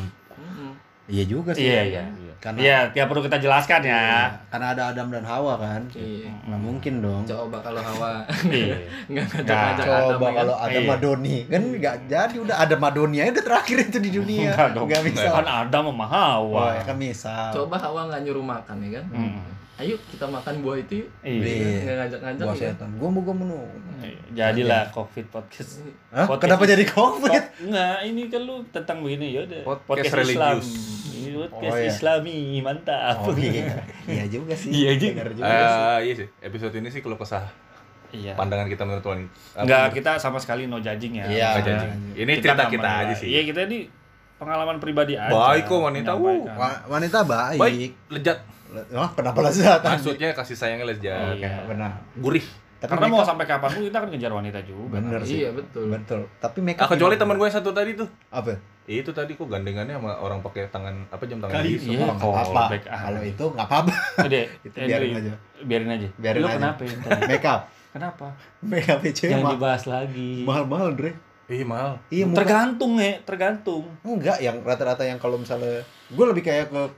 Iya juga sih. Iya. Karena Iya, tidak perlu kita jelaskan ya. karena ada Adam dan Hawa kan. Iya. Nggak mungkin dong. Coba kalau Hawa Iya. nggak ngajak-ngajak Adam Coba ya kan? kalau ada Iya. Madoni kan nggak jadi, udah ada Madoni aja udah terakhir itu di dunia. Enggak dong. Nggak bisa. Kan Adam sama Hawa. Wah, ya kan misal. Coba Hawa nggak nyuruh makan ya kan? Ayo kita makan buah itu yuk. Iya. Nggak ngajak-ngajak Buah ya kan? setan. Gua menu. Jadilah COVID podcast. Hah? Podcast Kenapa jadi COVID? Enggak, ini kan lu tentang begini ya udah. Podcast Islam. religius. Ini podcast Oh, iya. Islami, mantap. Oh iya. Iya juga sih. Iya juga. Benar juga sih. Iya sih. Episode ini sih kalau kesah Iya. pandangan kita menurut wanita. Enggak, kita sama sekali no judging ya. Iya. Nggak janji. Ini cerita nggak kita menilai. aja sih. Iya, kita ini pengalaman pribadi aja. Baik kok wanita, Menyampaikan. Wanita baik. Baik, lezat. Oh, kenapa lezat? Maksudnya kasih sayangnya lezat. Iya. Benar. Gurih. Tapi Karena mau makeup- sampai kapan pun kita akan ngejar wanita juga. bener sih. Iya betul. Betul. Tapi makeup Kecuali teman gue yang satu tadi tuh. apa? Itu tadi kok gandengannya sama orang pakai tangan apa jam tangan Kali bisu. Iya, Oh, nggak apa-apa. callback ah. Kalau itu nggak apa-apa. Udah, Itu biarin aja. Biarin aja. Biarin Lu aja. kenapa ya tadi? Makeup. Kenapa? Makeup cewek Jangan dibahas lagi. mahal-mahal, Dre. Mahal. Iya, muka. Tergantung ya, tergantung. Enggak, yang rata-rata yang kalau misalnya gue lebih kayak ke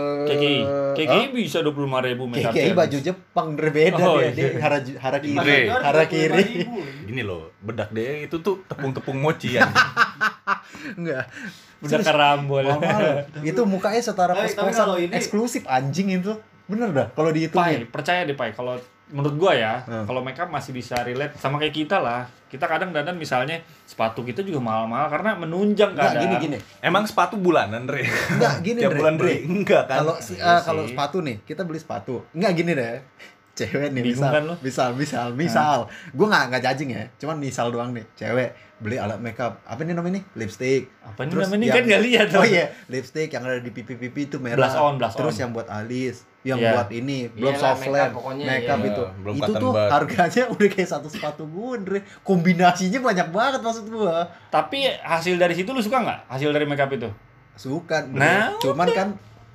KKI bisa 25.000 makeup. KKI baju service. Jepang, Dre, beda Oh, dia. iya. Dia hara kiri. Dre. Hara kiri. Gini loh, bedak dia itu tuh tepung-tepung mochi ya. Enggak. Udah karambol. Mahal. Itu mukanya setara Tapi kos-kosan kalau ini- eksklusif anjing itu. Bener dah kalau Pai, dihitungin. percaya deh Pai, kalau menurut gua ya, Hmm. kalau makeup masih bisa relate sama kayak kita lah. Kita kadang dandan misalnya sepatu kita juga mahal-mahal karena menunjang Enggak, kadang. gini. Emang sepatu bulanan, Re? Enggak, gini, Tiap Dre. bulan Dre. beli? Enggak kan? Kalau Iya kalau sih. sepatu nih, kita beli sepatu. Enggak gini deh. Cewek nih Bingung kan lu? misal. Gue nggak judging ya, cuman misal doang nih. Cewek beli alat makeup. Apa nih namanya nih? Lipstick. Apa ini Terus namanya yang- kan nggak lihat Oh tuh. iya, lipstick yang ada di pipi-pipi itu merah. Blush on. Terus yang buat alis, yang Iya. buat ini, belum Iyalah, soft makeup lens, pokoknya, makeup iya. itu. Belum Itu cotton tuh bud. harganya udah kayak satu sepatu gue, Dre. Kombinasinya banyak banget maksud gue. Tapi hasil dari situ lu suka nggak? Hasil dari makeup itu? Suka, Dre. Nah, Cuman kan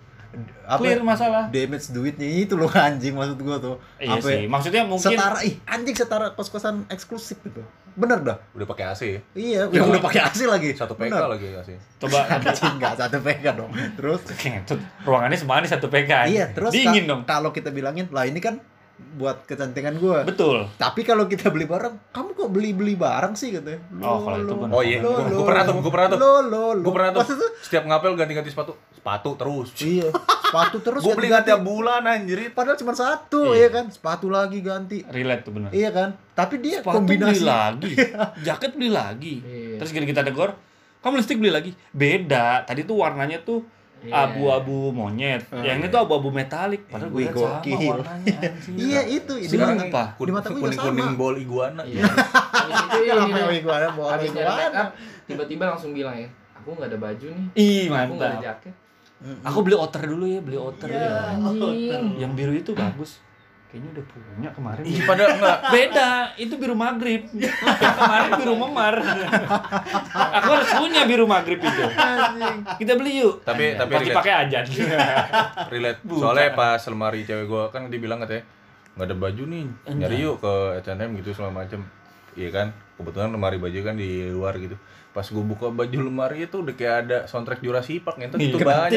Clear masalah. damage duitnya itu loh anjing maksud gua tuh. Iya Apa sih. Maksudnya mungkin anjing setara kos-kosan eksklusif gitu. Bener dah. Udah pakai AC ya? Iya, yang udah pakai AC lagi. Satu PK Bener. lagi AC. coba Anjing enggak satu PK dong. Terus Kentut. Ruangannya semanis satu PK. iya, terus dingin dong. kalau kita bilangin, lah ini kan buat kecantikan gua. Betul. Tapi kalau kita beli barang, kamu kok beli barang sih katanya. Oh, kalau itu bener. Oh iya, gua pernah tuh. Gue pernah tuh. Maksud tuh, Setiap ngapel ganti-ganti sepatu terus. iya, sepatu terus Gue beli ganti-ganti. tiap bulan anjir. Padahal cuma satu, Iya. ya kan? Sepatu lagi ganti. Relate tuh bener. Iya kan? Tapi dia Sepatu kombinasi. beli lagi, jaket beli lagi. Iya. Terus gini kita negor, kamu lipstick beli lagi. Beda. Tadi tuh warnanya tuh Iya. abu-abu monyet. Yang ini tuh abu-abu metalik. Padahal gue Wih, liat sama gokil. warnanya. anjing. Iya itu. Sekarang Di- apa? Di mata gue juga Kuning-kuning sama. bol iguana. Iya. Habis itu ini Kenapa nih. gue ada bawa Habis nyari iguana? makeup, tiba-tiba langsung bilang ya, aku nggak ada baju nih, Ih, aku nggak ada mantap. jaket. Aku beli outer dulu ya, beli outer Iya. ya. Anjing. Yang biru itu bagus. Kayaknya udah punya kemarin. Ih, padahal enggak. Beda, itu biru maghrib. Kemarin biru memar. Aku harus punya biru maghrib itu. Kita beli yuk. Tapi Pasti relate. pakai ajan. Relate. Bukan. Soalnya pas lemari cewek gue kan dia bilang katanya nggak ada baju nih, nyari yuk ke H&M gitu segala macem. Iya kan, kebetulan lemari baju kan di luar gitu. Pas gue buka baju lemari itu udah kayak ada soundtrack Jurassic Park ngentot itu banyak.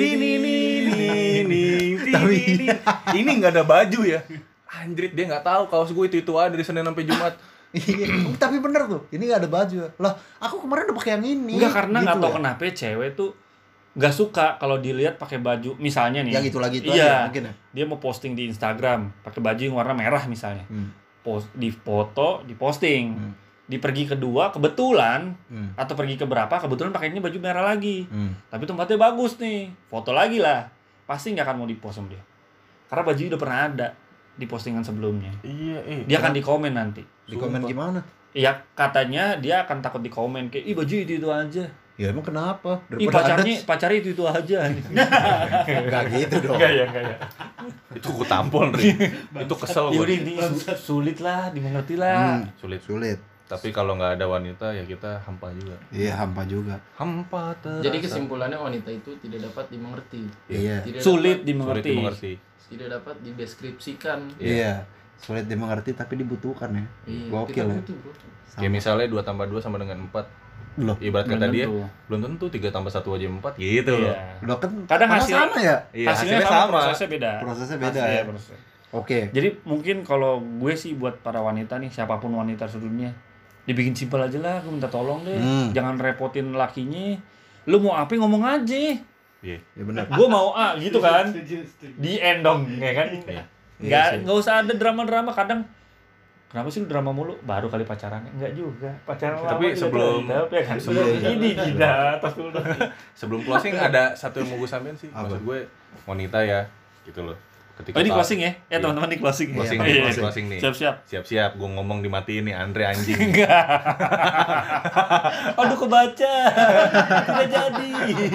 Tapi ini nggak ada baju ya. Anjrit, dia nggak tahu kaos gue itu ada dari Senin sampai Jumat. Iya, tapi bener tuh. Ini gak ada baju. Lah, aku kemarin udah pakai yang ini. Enggak, karena nggak Gitu tahu ya. kenapa cewek tuh nggak suka kalau dilihat pakai baju misalnya nih. Yang itu lagi itu iya, aja mungkin ya. dia mau posting di Instagram pakai baju yang warna merah misalnya. Di foto, di posting. Di pergi kedua kebetulan atau pergi ke berapa kebetulan pakainya baju merah lagi. Tapi tempatnya bagus nih. Foto lagi lah. Pasti nggak akan mau di-post sama dia. Karena baju udah pernah ada di postingan sebelumnya. Iya, Dia akan di komen nanti. Di komen gimana? Iya, katanya dia akan takut di komen kayak ih baju itu aja. Ya emang kenapa? Ih pacarnya itu aja. Enggak gitu dong. Enggak ya. Itu gue tampol nih. Itu kesel Yaudah gue. ini sulit lah, dimengerti lah. Sulit. Tapi kalau nggak ada wanita ya kita hampa juga. Iya, hampa juga. Hampa terasa. Jadi kesimpulannya wanita itu tidak dapat dimengerti. Iya. Tidak Sulit dapat, dimengerti. tidak dapat dideskripsikan. Iya. Sulit dimengerti tapi dibutuhkan ya. Iya, Gokil kita ya. butuh, bro. Kayak misalnya 2 tambah 2 sama dengan 4. Loh, Ibarat Belum kata dia, tentu. belum tentu 3 tambah 1 aja 4 gitu loh. Iya. udah kan Kadang padahal hasil- sama ya. Iya, Hasilnya hasilnya sama, sama. prosesnya beda. Prosesnya beda Hasilnya ya. proses. Oke. Jadi mungkin kalau gue sih buat para wanita nih, siapapun wanita sedunia, dibikin simpel aja lah, gue minta tolong deh. Jangan repotin lakinya. Lu mau apa ngomong aja. Iya. Ya benar. Gue mau A gitu kan. Di end dong, ya kan? Iya Nggak usah ada drama-drama. Kadang kenapa sih lu drama mulu? Baru kali pacarannya. Enggak juga. Pacaran Tapi lama juga sebelum- tetap, ya kan? sebelum- Ini kita tas dulu. Sebelum closing ada satu yang mau gue sampein sih. Apa? Maksud gue wanita ya, gitu loh. Ketika Oh ini tahu- closing ya? Ya Iya. teman-teman ini closing. Closing Iya, nih, iya. closing nih. Siap-siap. Siap-siap, gue ngomong dimatiin nih Andre anjing. Aduh kebaca. Tidak jadi.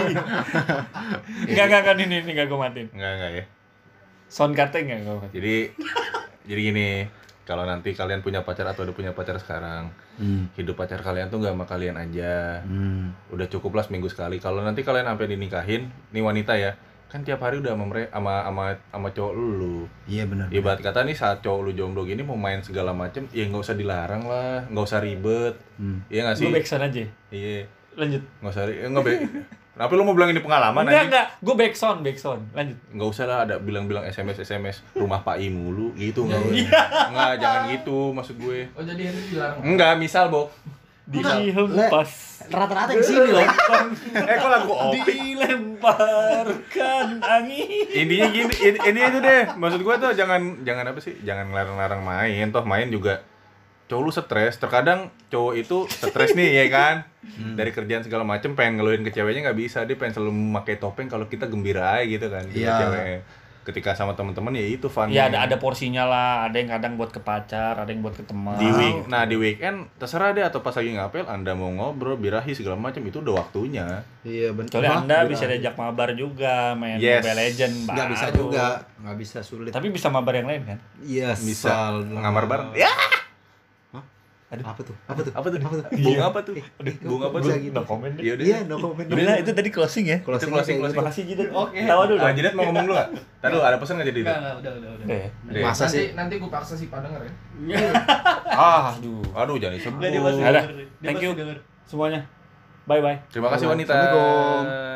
Enggak ini enggak gue matiin. Enggak ya. Sound card-nya enggak gue matiin. Jadi gini, kalau nanti kalian punya pacar atau udah punya pacar sekarang, hidup pacar kalian tuh nggak sama kalian aja. Udah cukup lah seminggu sekali. Kalau nanti kalian sampai dinikahin, nih wanita ya, kan tiap hari udah sama cowok lu. Iya benar. Ibarat kata nih saat cowok lu jomblo gini mau main segala macem, ya nggak usah dilarang lah, nggak usah ribet. Iya nggak sih? Gue backsound aja. Iya, Lanjut. nggak usah Kenapa lu mau bilang ini pengalaman anjing? Enggak. Gue backsound. Lanjut. Nggak usah lah ada bilang-bilang SMS rumah Pak I mulu gitu nggak nggak jangan gitu maksud gue. Oh jadi itu dilarang. Enggak, misal Bok. Dihempas. Rata-rata di sini loh. Kok lagu Opik? Dilemparkan angin. Intinya gini, ini aja deh. Maksud gue tuh jangan apa sih? Jangan larang-larang main. Toh main juga cowok lu stres. Terkadang cowok itu stres nih ya kan. Dari kerjaan segala macem pengen ngeluhin ke ceweknya nggak bisa. Dia pengen selalu memakai topeng kalau kita gembira aja gitu kan. Dengan Iya. ceweknya. Ketika sama teman-teman ya itu fun. Ya ada porsinya lah. Ada yang kadang buat ke pacar, ada yang buat ke teman. Di weekend terserah deh atau pas lagi ngapel Anda mau ngobrol, birahi segala macam itu udah waktunya. Iya benar. Kecuali Anda bisa diajak mabar juga main Yes. Mobile Legend. Nggak bisa baru. juga, nggak bisa sulit. Tapi bisa mabar yang lain kan? Iya, Bisa ngamar bareng. Ya, Apa tuh? apa tuh? Bunga apa tuh? Bunga apa tuh? Bisa gitu. No comment deh. Iya udah. Iya, no comment. Udah lah, itu tadi closing ya. Closing closing. Terima kasih Jidat. Oke. Tawa dulu. Ah, Jidat mau ngomong dulu nggak? Tadi dulu ada pesan nggak jadi itu? Enggak, udah. Deh. Deh. Masa sih? Nanti gue paksa si Pak denger ya. Aduh. Jangan disebut. Ada. Thank you semuanya. Bye bye. Terima kasih wanita. Assalamualaikum.